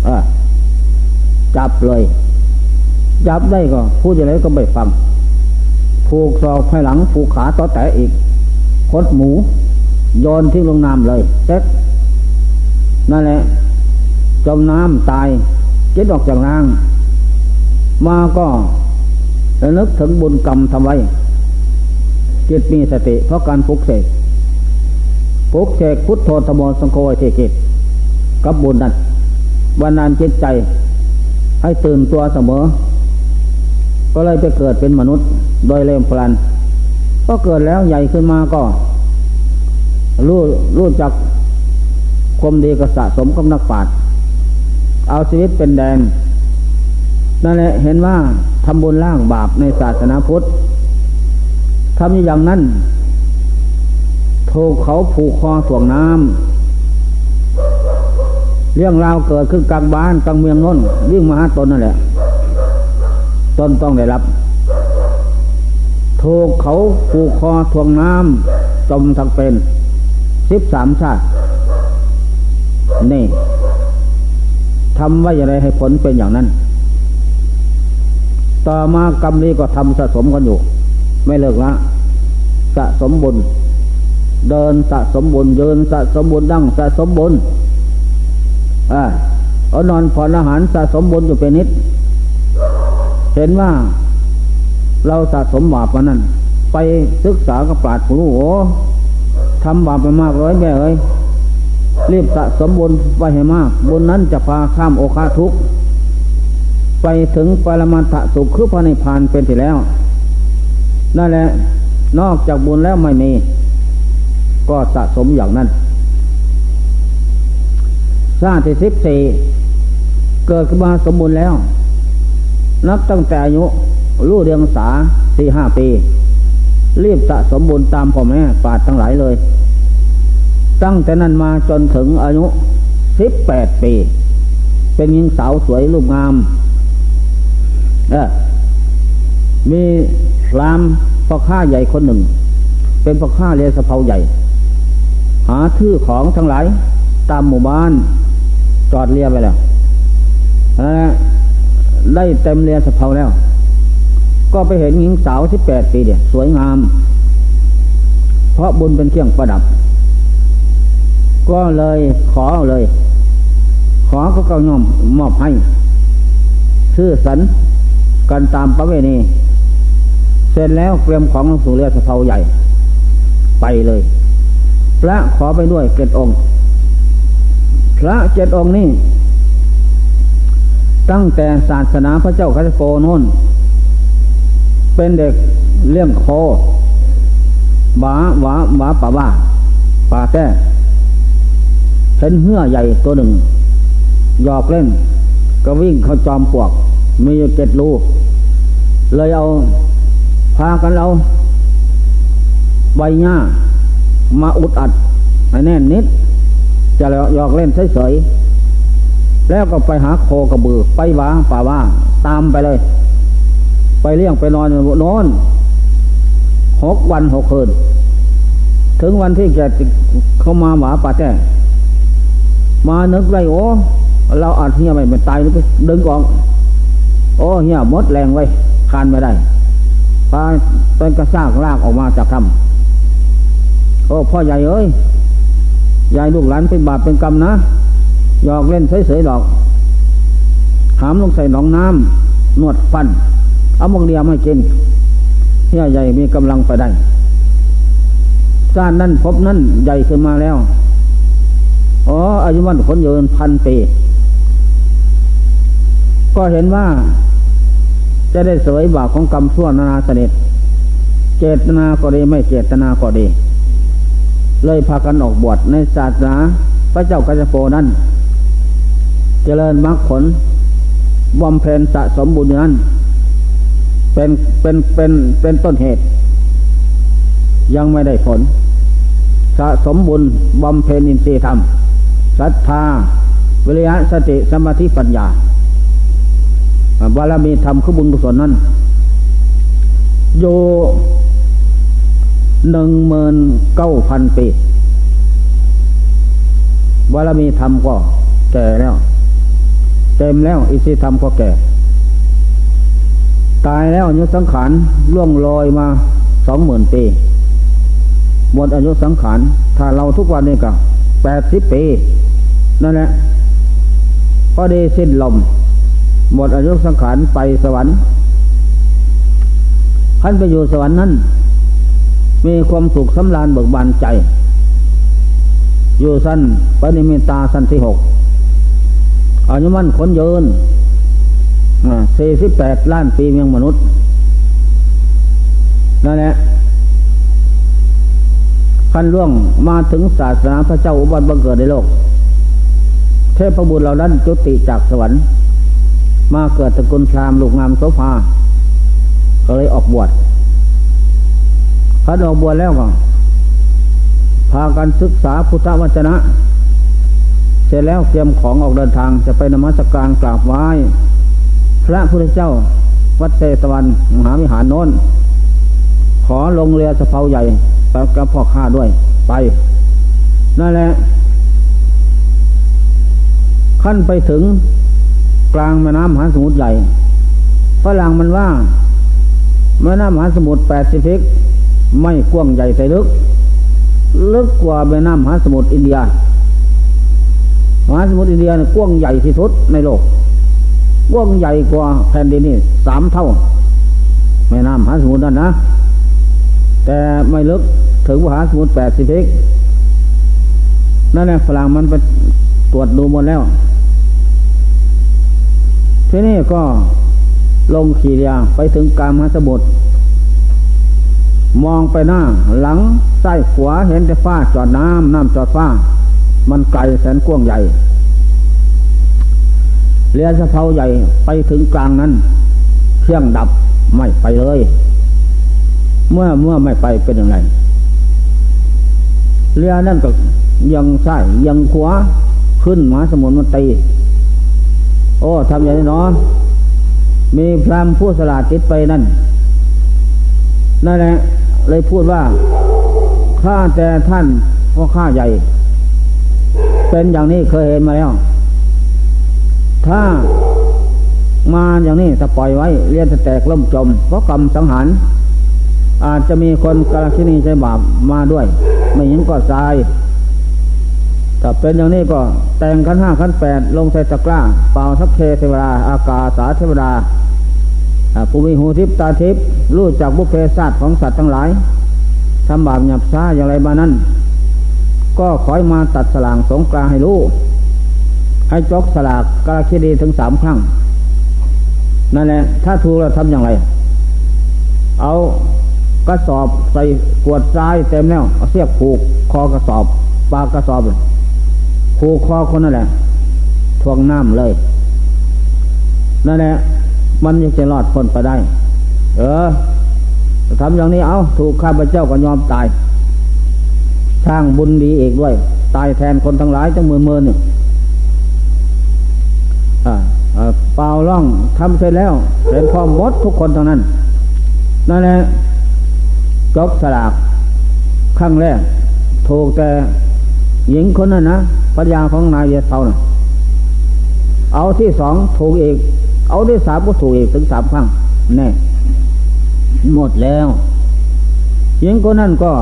จับเลยจับได้ก็พูดอะไรก็ไม่ฟังผูกศอกภายหลังผูกขาต่อแตะอีกคดหมูโยนทิ้งลงน้ำเลยเซ็ตนั่นแหละจมน้ำตายเจ็ดออกจากร่างมาก็ระลึกถึงบุญกรรมทำไว้จิตมีสติเพราะการปลุกเสกพุทโธธโมสังโฆเทกิจกับบุญนั้นวันนั้นจิตใจให้ตื่นตัวเสมอก็เลยไปเกิดเป็นมนุษย์โดยเร็วพลันก็เกิดแล้วใหญ่ขึ้นมาก็รู้จักความดีก็สะสมกับนักปราชญ์เอาชีวิตเป็นแดนนั่นแหละเห็นว่าทำบุญล้างบาปในศาสนาพุทธทำอย่างนั้นถูกเขาผูกคอถ่วงน้ำเรื่องราวเกิดขึ้นกลางบ้านกลางเมืองโน้นวิ่งมาหาตนนั่นแหละตนต้องได้รับถูกเขาผูกคอถ่วงน้ำจมทั้งเป็น13 ชาตินี่ทำไว้อย่างไรให้ผลเป็นอย่างนั้นต่อมากรรมนี้ก็ทำสะสมกันอยู่ไม่เลิกละสะสมบุญเดินสะสมบุญยืนสะสมบุญนั่งสะสมบุญเอานอนผ่อนอาหารสะสมบุญอยู่เป็นนิดเห็นว่าเราสะสมบาปมานั้นไปศึกษากับปราชญ์ผู้รู้โอ้ทำบาปไปมากเลยแม่เอ้ยรีบสะสมบุญไว้ให้มากบุญนั้นจะพาข้ามโอคาทุกข์ไปถึงปรมัตถสุขคือพระนิพพานเป็นที่แล้วนั่นแหละนอกจากบุญแล้วไม่มีก็สะสมอย่างนั้นชาติที่14เกิดขึ้นมาสมบูรณ์แล้วนับตั้งแต่อายุรู้เรียงสา 4-5 ปีรีบสะสมบุญตามพ่อแม่ปราชญ์ทั้งหลายเลยตั้งแต่นั้นมาจนถึงอายุ18 ปีเป็นหญิงสาวสวยรูปงามมีพราหมณ์พ่อค้าใหญ่คนหนึ่งเป็นพ่อค้าเรือสะเพาใหญ่หาทื่อของทั้งหลายตามหมู่บ้านจอดเรือไปแล้วได้เต็มเรือสะเพาแล้วก็ไปเห็นหญิงสาว18 ปีสวยงามเพราะบุญเป็นเครื่องประดับก็เลยขอก็ยอมมอบให้ชื่อสันกันตามประเวณีเสร็จแล้วเตรียมของลงสู่เรือสะเพาใหญ่ไปเลยพระขอไปด้วย7 องค์พระ7 องค์นี้ตั้งแต่ศาสนาพระเจ้าคัสโกโน้นเป็นเด็กเลี้ยงโคป่าแท้เห็นเหื่อใหญ่ตัวหนึ่งหยอกเล่นก็วิ่งเข้าจอมปลวกมีอยู่7 รูเลยเอาพากันเอาใบหญ้ามาอุดอัดให้แน่นนิดจะหยอกเล่นเฉยๆแล้วก็ไปหาโคกระบือไปว่าป่าว่าตามไปเลยไปเลี้ยงไปนอน6 วัน 6 คืนถึงวันที่แกเข้ามาหวาป่าแจ้มานึกไรโอ้เราอาจเหี้ยไม่เป็นตายหรือไปดึงออกโอ้เหี้ยมดแรงไว้คานไม่ได้พาเป็นกระซากลากออกมาจากถ้ำโอ้พ่อใหญ่เอ้ยยายลูกหลานเป็นบาปเป็นกรรมนะหยอกเล่นเฉยๆหรอกหามลงใส่หนองน้ำนวดฟันเอามงเดียมาให้กินเหี้ยใหญ่มีกำลังไปได้ชาตินั้นพบนั้นใหญ่ขึ้นมาแล้วอ๋ออายุมันคนยืน1,000 ปีก็เห็นว่าจะได้เสวยบาปของกรรมชั่วนานาชนิดเจตนาก็ดีไม่เจตนาก็ดีเลยพากันออกบวชในศาสนาพระเจ้ากัจจโปนั้นเจริญมรรคผลบำเพ็ญสะสมบุญนั้นเป็นต้นเหตุยังไม่ได้ผลสะสมบุญบำเพ็ญอินทรีย์ธรรมศรัทธาวิริยะสติสมาธิปัญญาบารมีธรรมคือบุญกุศลนั้นอยู่ 19,000 ปีบารมีธรรมก็แก่แล้วเต็มแล้วอินทรีย์ธรรมก็แก่ตายแล้วอายุสังขารล่วงลอยมา 20,000 ปีหมดอายุสังขารถ้าเราทุกวันนี้ก็80 ปีนั่นแหละพอดีสิ้นลมหมดอายุสังขารไปสวรรค์ขั้นไปอยู่สวรรค์นั้นมีความสุขสำราญเบิกบานใจอยู่สั้นปณิมิตาสั้นที่6อายุมั่นขนยืน48 ล้านปีเมียงมนุษย์นั่นแหละขั้นล่วงมาถึงศาสนาพระเจ้าอุบัติบังเกิดในโลกเทพบุตรเหล่านั้นจุติจากสวรรค์มาเกิดตระกูลพราหมณ์ลูกงามโสภาก็เลยออกบวชขั้นออกบวชแล้วก็พากันศึกษาพุทธวจนะเสร็จแล้วเตรียมของออกเดินทางจะไปนมัสการกราบไหว้พระพุทธเจ้าวัดเชตวันมหาวิหารโน้นขอลงเรือสะเพาใหญ่ไปกับพ่อข้าด้วยไปนั่นแหละขั้นไปถึงกลางแม่น้ำมหาสมุทรใหญ่ฝรั่งมันว่าแม่น้ำมหาสมุทรแปซิฟิกไม่กว้างใหญ่แต่ลึกกว่าแม่น้ำมหาสมุทรอินเดียมหาสมุทรอินเดียกว้างใหญ่ที่สุดในโลกกว้างใหญ่กว่าแผ่นดินนี่3 เท่าแม่น้ำมหาสมุทรนั่นนะแต่ไม่ลึกถึงมหาสมุทรแปซิฟิกนั่นแหละฝรั่งมันไปตรวจดูหมดแล้วทีนี้ก็ลงขี่เรือไปถึงกลางมหาสมุทรมองไปหน้าหลังซ้ายขวาเห็นแต่ฟ้าจอดน้ำจอดฟ้ามันไกลแสนกว้างใหญ่เรือสะเพาใหญ่ไปถึงกลางนั้นเครื่องดับไม่ไปเลยเมื่อไม่ไปเป็นอย่างไรเรือนั่นก็ยังซ้ายยังขวาขึ้นมหาสมุทรมันตีโอ้ทำอย่างนี้เนาะมีพราหมณ์ผู้ฉลาดติดไปนั่นแหละเลยพูดว่าข้าแต่ท่านพ่อข้าใหญ่เป็นอย่างนี้เคยเห็นมาแล้วถ้ามาอย่างนี้ถ้าปล่อยไว้เรียนจะแตกล่มจมเพราะกรรมสังหารอาจจะมีคนกาลคิณีใจบาปมาด้วยไม่อย่างก็ตายถ้าเป็นอย่างนี้ก็แต่งขันธ์ 5 ขันธ์ 8ลงใส่ตะกร้าเป่าทัพเทเทวดาอากาสาเทวดาผู้มีหูทิพตาทิพรู้จักบุพเพศาสตร์ของสัตว์ทั้งหลายทำบาปหยาบช้าอย่างไรบ้านั้นก็ขอมาตัดสลากสงกรานต์ให้รู้ให้จกสลากกาลคิณีถึง3 ครั้งนั่นแหละถ้าถูกเราทำอย่างไรเอากระสอบใส่ขวดทรายเต็มแล้วเอาเสียบผูกคอกระสอบปากกระสอบผูกคอคนนั่นแหละถ่วงน้ำเลยนั่นแหละมันยังจะรอดพ้นไปได้ทำอย่างนี้เอาถูกข้าพเจ้าก็ยอมตายสร้างบุญดีอีกด้วยตายแทนคนทั้งหลายจังมือนี่เปล่าล่องทำเสร็จแล้วเห็นพร้อมหมดทุกคนทั้งนั้นนั่นแหละจบสลากครั้งแรกถูกแต่หญิงคนนั้นนะภรรยาของนายเยเท่านะเอาที่สองถูกอีกเอาที่สามก็ถูกอีกถึง3 ครั้งแน่หมดแล้วหญิงคนนั้นก็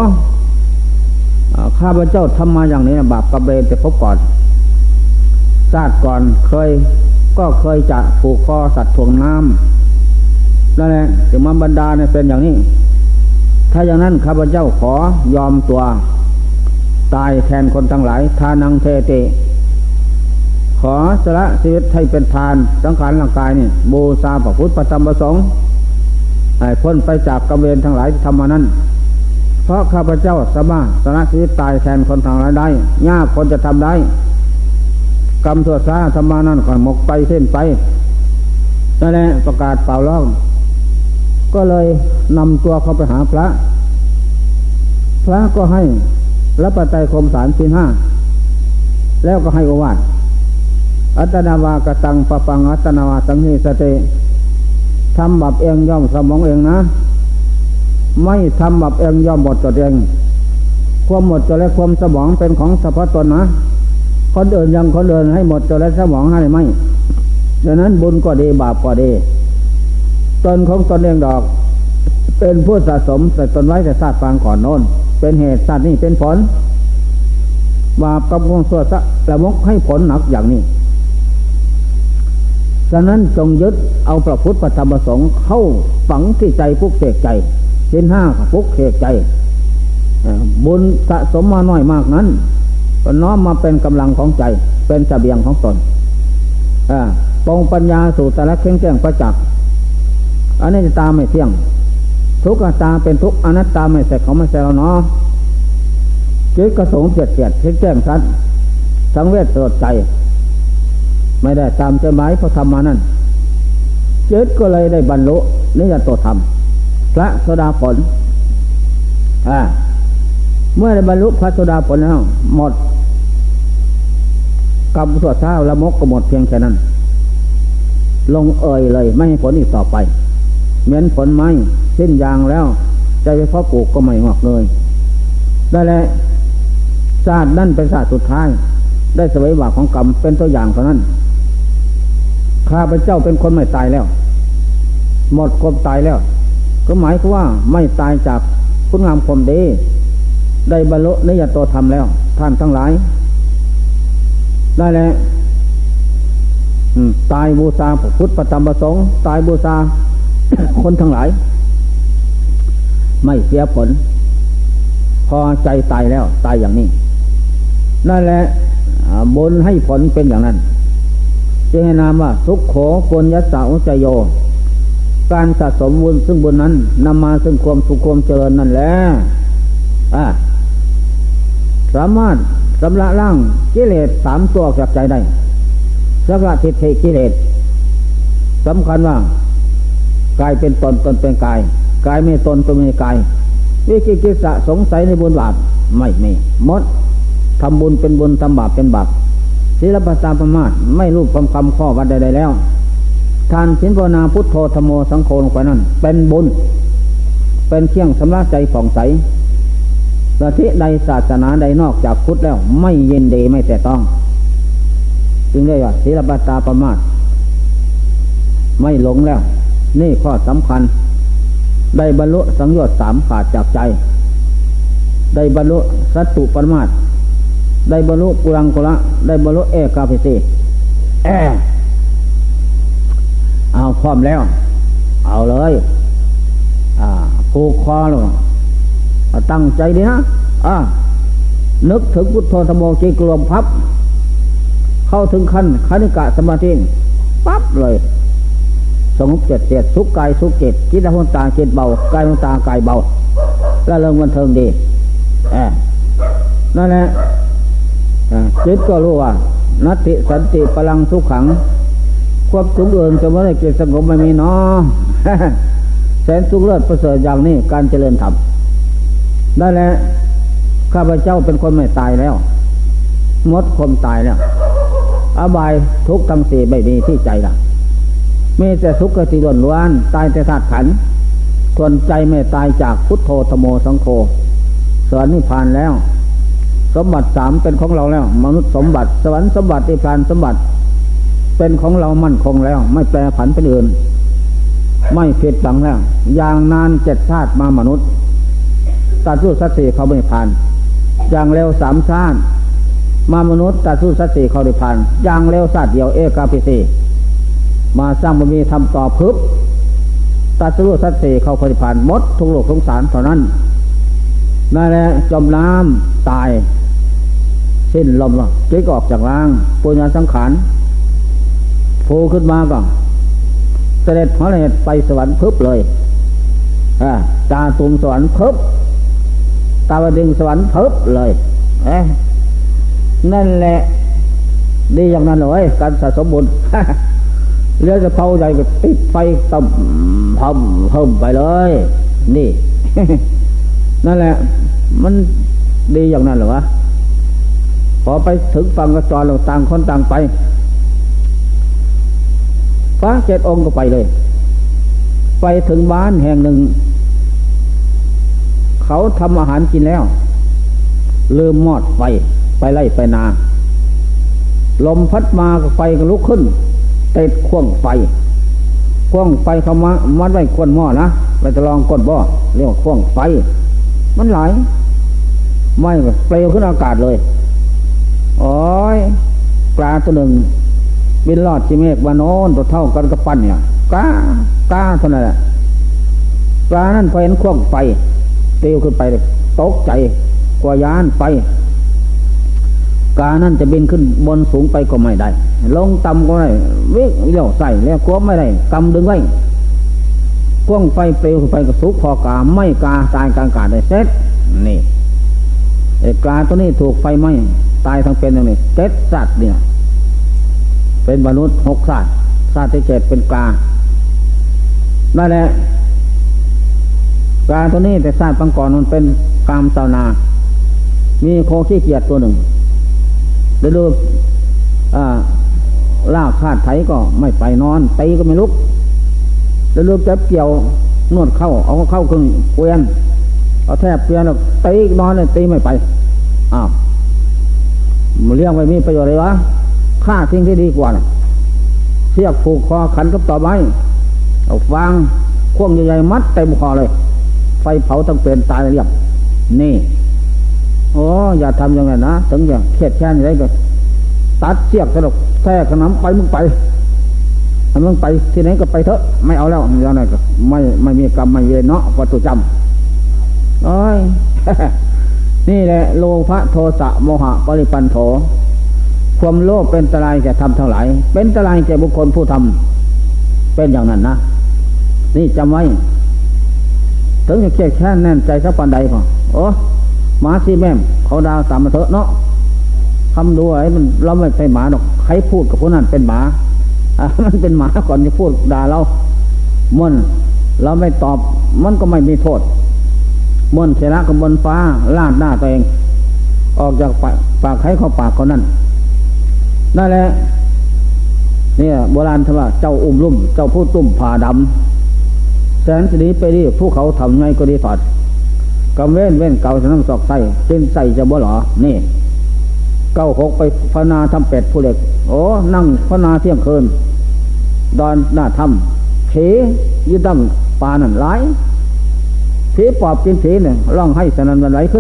ข้าพเจ้าทำมาอย่างนี้บาปกรรมเวรแต่พบก่อนชาติก่อนเคยจะผูกคอสัตว์ถ่วงน้ำนั่นแหละถึงมาบรรดาเนี่ยเป็นอย่างนี้ถ้าอย่างนั้นข้าพเจ้าขอยอมตัวตายแทนคนทั้งหลายทานังเทติขอสละชีวิตให้เป็นทานสังขารร่างกายนี่บูชาพระพุทธพระธรรมพระสงฆ์ให้พ้นไปจากกรรมเวรทั้งหลายที่ทำมานั้นเพราะข้าพเจ้าสามารถสละชีวิตตายแทนคนทั้งหลายได้ยากคนจะทำได้กรรมชั่วช้าทำมานั้นก็หมกไปเส้นไปนั่นแหละประกาศเป่าร้องก็เลยนำตัวเขาไปหาพระก็ให้รับปัจจัยคมสารศีล 5แล้วก็ให้โอวาทอัตนาวากตังปะปังอัตนาวาสังหิสติทำบาปเองย่อมสมองเองนะไม่ทำบาปเองย่อมหมดจดเองความหมดจดและความสมองเป็นของสัพพตนนะคนอื่นยังคนอื่นให้หมดจดและสมองให้ไม่ดังนั้นบุญก็ดีบาปก็ดีตนของตนเองดอกเป็นผู้สะสมใส่ตนไว้แต่ชาติปางก่อนโน้นเป็นเหตุชาตินี้เป็นผลบาปกับความชั่วซะละมกให้ผลหนักอย่างนี้ฉะนั้นจงยึดเอาพระพุทธพระธรรมพระสงฆ์เข้าฝังที่ใจพุกเสกใจศีล 5พุกเสกใจบุญสะสมมาน้อยมากนั้นก็น้อมมาเป็นกำลังของใจเป็นเสบียงของตนปองปัญญาสู่แต่ละแข็งแกร่งประจักษ์อันนี้จะตามไม่เที่ยงทุกตาเป็นทุกอนัตตาไม่ใช่เขาไม่ใช่เราเนาะจิตกระสงเสียดแจ้งชัดสังเวชสลดใจไม่ได้ตามใจหมายเพราะทำมานั่นจิตก็เลยได้บรรลุนิยตธรรมพระโสดาผลเมื่อได้บรรลุพระโสดาผลแล้วหมดกรรมชั่วช้าละมกก็หมดเพียงแค่นั้นลงเลยไม่ให้ผลอีกต่อไปเหมือนผลไม้สิ้นยางแล้วใจไปเพาะปลูกก็ไม่งอกเลยได้แล้วชาตินั่นเป็นชาติสุดท้ายได้เสวยบาปของกรรมเป็นตัวอย่างเท่านั้นข้าพเจ้าเป็นคนไม่ตายแล้วหมดความตายแล้วก็หมายความว่าไม่ตายจากคุณงามความดีได้บรรลุนิยตธรรมแล้วท่านทั้งหลายได้แล้วตายบูชาพระพุทธพระธรรมพระสงฆ์ตายบูชา คนทั้งหลายไม่เสียผลพอใจตายแล้วตายอย่างนี้นั่นแหละบุญให้ผลเป็นอย่างนั้นจึงให้นามว่าทุกโขปุญญสาอุจโยการสะสมบุญซึ่งบุญนั้นนำมาซึ่งความสุขความเจริญนั่นแหละสามารถชำระล้างกิเลส3 ตัวจากใจได้สักละทิฏฐิกิเลสสำคัญว่ากายเป็นตนตนเป็นกายกายไม่ตนตนไม่กายวิกิกิสะสงสัยในบุญบาปไม่มีหมดทำบุญเป็นบุญทำบาปเป็นบาปศีลปตาปมาทไม่รู้คำข้อวัดใดๆแล้วทานศีลภาวนาพุทโธธัมโมสังโฆลงไปนั่นเป็นบุญเป็นเครื่องชำระใจผ่องใสลัทธิใดศาสนาใดนอกจากพุทธแล้วไม่ยินดีไม่แต่ต้องจึงเรียกว่าศีลปตาปมาทไม่หลงแล้วนี่ข้อสำคัญได้บรรลุสังโยชน์3ขาดจากใจได้บรรลุสัตตุปรมาทได้บรรลุกุลังกุละได้บรรลุเอกาภิสิเอาพร้อมแล้วเอาเลยผูกคอลงตั้งใจดีนะนึกถึงพุทโธธัมโมจิตรวมพับเข้าถึงขั้นคณิกะสมาธิปั๊บเลยสงบเจ็ดสุขกายสุขจิตจิตหุนตาจิตเบากายหุนตากายเบาแล้วเรื่องบันเทิงดีนั่นแหละจิตก็รู้ว่านัตติสันติพลังสุขขังควบสุขอื่นจะไม่ได้เกิดสงบไม่มีเนาะ แสนสุขเลิศประเสริฐอย่างนี้การเจริญธรรมได้แล้วข้าพเจ้าเป็นคนไม่ตายแล้วหมดความตายแล้วอบายทุกข์ทั้งสี่ไม่มีที่ใจละมีแต่ทุกข์กติล้วนๆตายแต่ธาตุขันธ์ส่วนใจไม่ตายจากพุทโธธัมโมสังโฆสวรรค์นิพพานแล้วสมบัติสามเป็นของเราแล้วมนุษย์สมบัติสวรรค์สมบัตินิพพานสมบัติเป็นของเรามั่นคงแล้วไม่แปรผันเป็นอื่นไม่ผิดหลังแล้วอย่างนาน7 ชาติมามนุษย์ตัดสู้สัตว์สี่เขาไม่ผ่านอย่างเร็ว3 ชาติมามนุษย์ตัดสู้สัตว์สี่เขาได้ผ่านอย่างเร็วชาติเดียวเอกาภิสีมาสร้างบารมีทำต่อพึบตัดสู้สัตว์สี่เขาได้ผ่านหมดทุกโลกสงสารเท่านั้นนั่นแหละจมน้ำตายสิ้นลมแล้วจิตออกจากร่างปุญญาสังขารโผล่ขึ้นมาก็เสด็จพระเหตุไปสวรรค์พึบเลยตาตุ่มสวรรค์พึบตาวดึงสวรรค์พึบเลยนั่นแหละดีอย่างนั้นเลยการสะสมบุญ เรือจะเผาใหญ่ก็ติดไฟต่ำเพิ่มไปเลยนี่ นั่นแหละมันดีอย่างนั้นเหรอวะพอไปถึงฝั่งก็จอดลงต่างคนต่างไปฟ้า7 องค์ก็ไปเลยไปถึงบ้านแห่งหนึ่งเขาทำอาหารกินแล้วลืมมอดไฟไปไล่ไปนาลมพัดมาก็ไฟก็ลุกขึ้นติดข่วงไฟเข้ามามัดไว้ก้นหม้อนะไปจะลองก้นบ่อเรียกว่าข่วงไฟมันไหลไม่ก็เปลวขึ้นอากาศเลยโอ้ยปลาตัวหนึ่งบินลอดจิเมกวานโน้นตัวเท่ากันกับปั้นเนี่ยก้าเท่านั้นแหละปลานั่นพอเห็นข่วงไฟเปลวขึ้นไปตกใจกว่ายานไปกานั่นจะบินขึ้นบนสูงไปก็ไม่ได้ลงต่ำก็ไม่ได้วิ่งเลี้ยวใส่แล้วควบไม่ได้กำดึงไว้ข่วงไฟเปลวขึ้นไปกับสุกพอกาไม่กาตายกลางอากาศได้เสร็จนี่ไอ้กาตัวนี้ถูกไฟไหม้ตายทั้งเป็นอย่างนี้7 สัตว์เนี่ยเป็นมนุษย์6 สัตว์ชาติที่7เป็นกานั่นแหละกาตัวนี้แต่ชาติปังก่อนมันเป็นกามสาวนามีโคขี้เกียจตัวหนึ่งเดี๋ยวดูลากคาดไถก็ไม่ไปนอนตีก็ไม่ลุกเดี๋ยวดูเจ็บเกี่ยวนวดเข้าเอาเข้าครึ่งเกวียนเอาแทบเกวียนแล้วตีนอนเลยตีไม่ไปเลี้ยงไปมีประโยชน์อะไรวะฆ่าทิ้งที่ดีกว่าเชือกผูกคอขันกับต่อไม้เอาฟางข่วงใหญ่ๆมัดเต็มคอเลยไฟเผาทั้งเป็นตายเรียบนี่โอ้อย่าทำอย่างนั้นนะถึงอย่างเครียดแค้นอะไรก็ตัดเชือกสลบแท้ขนำไปมึงไปมึงไปที่ไหนก็ไปเถอะไม่เอาแล้วอย่างนั้นก็ไม่มีกรรมไม่เวรเนาะวัตถุจำโอ้ย นี่แหละโลภะโทสะโมหะปริปันโถความโลภเป็นอันตรายแก่ธรรมทั้งหลายเป็นอันตรายแก่บุคคลผู้ทำเป็นอย่างนั้นนะนี่จำไว้ถึงจะเครียดแค้นแน่นใจสักปานใดก็โอ้หมาซีแม่มเขาดาวตามมาเถอะเนาะคำดูไอ้มันเราไม่ใช่หมาหรอกใครพูดกับคนนั้นเป็นหมามันเป็นหมาก่อนจะพูดด่าเราม่นเราไม่ตอบมันก็ไม่มีโทษม่นเสนากับบนฟ้าลาดหน้าตัวเองออกจากปากใครเข้าปากคนนั้นนั่นแหละเนี่ยโบราณท่านว่าเจ้าอุ้มลุ่มเจ้าผู้ตุ้มผ่าดำแสนสิริไปดิผู้เขาทำไงก็ดีถอดกำเว้นเก่าจะนั่งสอกไส้เส้นใส่จะบ่หรอนี่96ไปพนาทำเป็ดผู้เล็กโอ้นั่งพนาเที่ยงคืนดอนหน้าถ้ำผียืดดำปานั่นร้ายผีปอบกินผีเนี่ยร้องให้สนั่นวันไหลขึ้น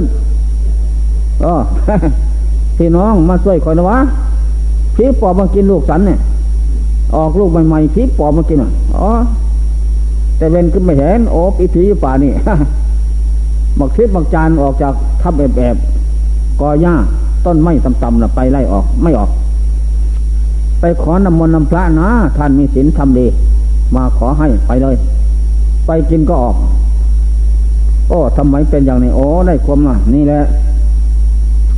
พี่น้องมาช่วยคอยนะวะผีปอบมากินลูกสันเนี่ยออกลูกใหม่ๆผีปอบมากินแต่เว้นขึ้นไม่เห็นโอ้ผีป่านี่ บักคลิปบักจานออกจากทับแอบกอหญ้าต้นไม้ต่ำๆน่ะไปไล่ออกไม่ออกไปขอน้ำมนต์น้ำพระนะท่านมีศีลทำดีมาขอให้ไปเลยไปกินก็ออกโอ้ทำไมเป็นอย่างนี้โอ้ได้ความนี่แหละ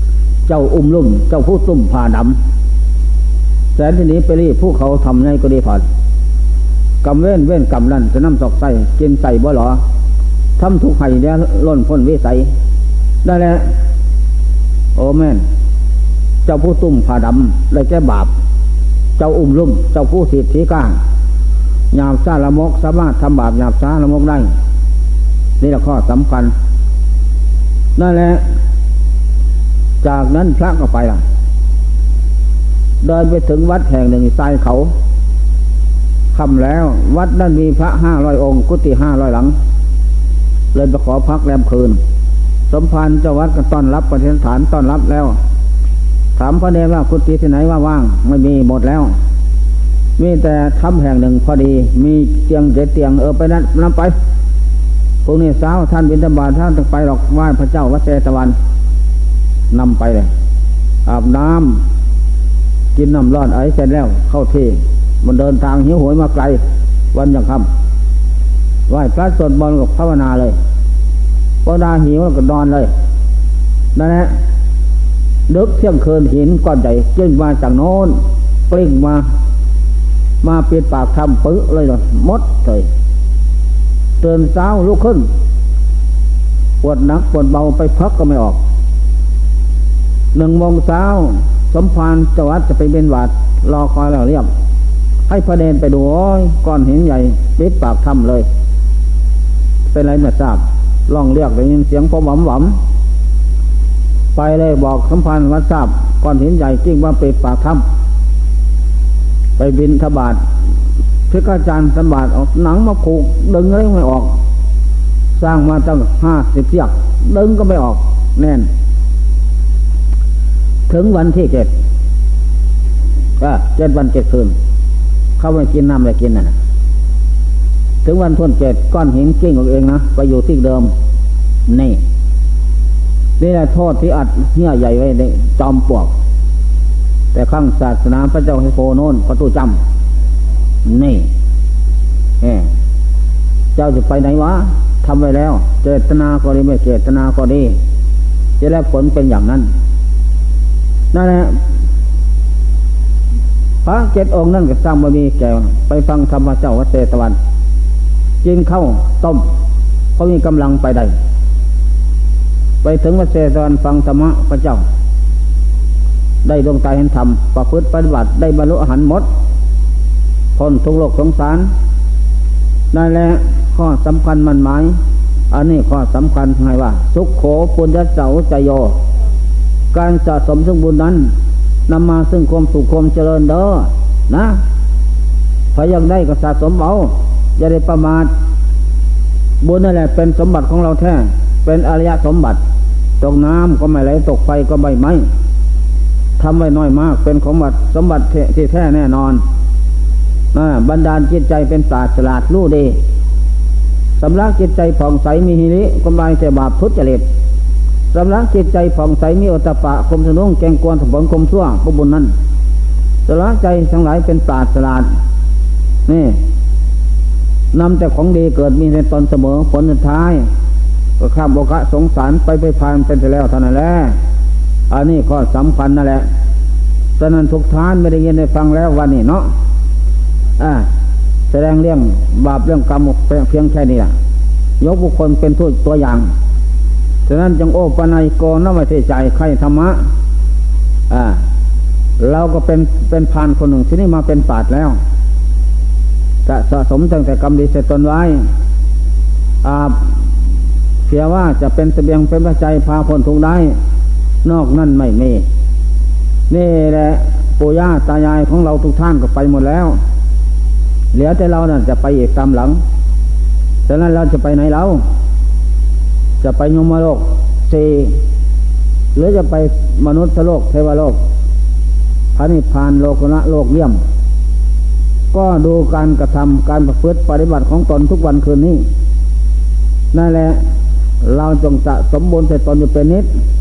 เจ้าอุ้มลุ่มเจ้าผู้ตุ้มผ่าดำแสนที่นี้ไปรีผู้เขาทำไงก็ดีผ่านกำเว้นกำนั่นจะน้ำสอกใส่กินใส่บ่หรอทำทุกข์ให้เนี่ยล้นพ้นวิสัยได้แล้วโอ้แม่นเจ้าผู้ตุ้มผ่าดำเลยแก้บาปเจ้าอุ้มลุ่มเจ้าผู้สิทธิก้างหยาบซ่าละมกสามารถทำบาปหยาบซ่าละมกได้นี่แหละข้อสำคัญนั่นแหละจากนั้นพระก็ไปละเดินไปถึงวัดแห่งหนึ่งทรายเขาค่ำแล้ววัดนั้นมีพระ500 องค์กุฏิ500 หลังเลยไปขอพักแรมคืนสมภารเจ้าวัดก็ต้อนรับประเทศฐานต้อนรับแล้วถามพระเนรว่ากุฏิที่ไหนว่าว่างไม่มีหมดแล้วมีแต่ถ้ำแห่งหนึ่งพอดีมีเตียง7 เตียงไปนั่นไปพรุ่งนี้เช้าท่านบิณฑบาตท่านต้องไปหรอกไหว้พระเจ้าวัดเชตวันนำไปเลยอาบน้ำกินน้ำร้อนเสร็จแล้วเข้าที่มันเดินทางหิวโหยมาไกลวันยังค่ำไหว้พระสวดมนต์กับภาวนาเลยพอดาหิวแล้วก็นอนเลยนั่นแหละดึกเที่ยงคืนหินก้อนใหญ่กลิ้งมาจากโน้นกลิ้งมาปิดปากทำปึ๊เลยมดเลยตื่นเช้าลุกขึ้นปวดหนักปวดเบาไปพักก็ไม่ออก1 โมงเช้าสมภารเจ้าวัดจะไปเบ็นบาตรรอคอยแล้วเรียบให้พระเนรไปดูก้อนหินใหญ่ปิดปากถ้ำเลยเป็นไรไม่ทราบร้องเรียกได้ยินเสียงพอหวำไปเลยบอกสมภารวัดทราบก้อนหินใหญ่กิ้งว่าปิดปากถ้ำไปบิณฑบาตพิฆาจารย์สมบัติออกหนังมาผูกดึงอะไรไม่ออกสร้างมาตั้ง50 เชือกดึงก็ไม่ออกแน่นถึงวันที่7 วัน 7 คืนเข้าไปกินน้ำอะไรกินน่ะถึงวันที่7ก้อนหินกิ้งออกเองนะไปอยู่ที่เดิมนี่แหละโทษที่อัดเหี้ยใหญ่ไว้ในจอมปลวกแต่ข้างศาสนาพระเจ้าให้โคโน่นประตูจำนี่เจ้าจะไปไหนวะทำไว้แล้วเจตนาก็ดีไม่เจตนาก็ดีจะได้ผลเป็นอย่างนั้นนั่นแหละพระ7 องค์นั่นก็สร้างบารมีแก่ไปฟังธรรมเจ้าวัดเชตวันกินข้าวต้มเขามีกำลังไปได้ไปถึงวัดเชตวันฟังธรรมะพระเจ้าได้ดวงตาเห็นธรรมประพฤติปฏิบัติได้บรรลุอรหันต์หมดพ้นทุกโลกสงสารนั่นแหละข้อสำคัญมันหมายอันนี้ข้อสำคัญไงว่าสุขโขปุญญเสาจโยการสะสมซึ่งบุญนั้นนำมาซึ่งความสุขความเจริญเด้อนะใครอยากได้ก็สะสมเอาอย่าได้ประมาทบุญนั่นแหละเป็นสมบัติของเราแท้เป็นอริยสมบัติตกน้ำก็ไม่ไหลตกไฟก็ไม่ไหม้ทำไว้น้อยมากเป็นของสมบัติที่แท้แน่นอนบรรดาลจิตใจเป็นปราศฉลาดรู้ดีสำลักจิตใจผ่องใสมีหิริกำไรแต่บาปทุจริตสำลักจิตใจผ่องใสมีโอตตัปปะคมสนุงแกงกวนผลคมชั่วพวกบุญนั้นสำลักใจทั้งหลายเป็นปราศฉลาดนี่นำแต่ของดีเกิดมีในตนเสมอผลสุดท้ายก็ข้ามโอกะสงสารไปพานเป็นไปแล้วเท่านั้นแหละอันนี้ข้อสำคัญนั่นแหละฉะนั้นทุกท่านไม่ได้ยินได้ฟังแล้ววันนี้เนาะแสดงเรื่องบาปเรื่องกรรมเพียงแค่นี้ยกบุคคลเป็นตัวอย่างฉะนั้นจงโอปนัยโกนไม่ใช่ใจใครธรรมะเราก็เป็นพานคนหนึ่งที่นี่มาเป็นปราชญ์แล้วจะสะสมตั้งแต่กรรมดีเสร็จตนไว้เพียงว่าจะเป็นเสบียงเป็นปัจจัยพาพ้นทุกข์ได้นอกนั้นไม่มีนี่แหละปู่ย่าตายายของเราทุกท่านก็ไปหมดแล้วเหลือแต่เรานั่นจะไปอีกตามหลังฉะนั้นเราจะไปไหนเราจะไปยมโลก4หรือจะไปมนุษย์โลกเทวโลกพระนิพพานโลกนะโลกเลี่ยมก็ดูการกระทำการประพฤติปฏิบัติของตนทุกวันคืนนี้นั่นแหละเราจงสะสมบุญแต่ตนอยู่เป็นนิด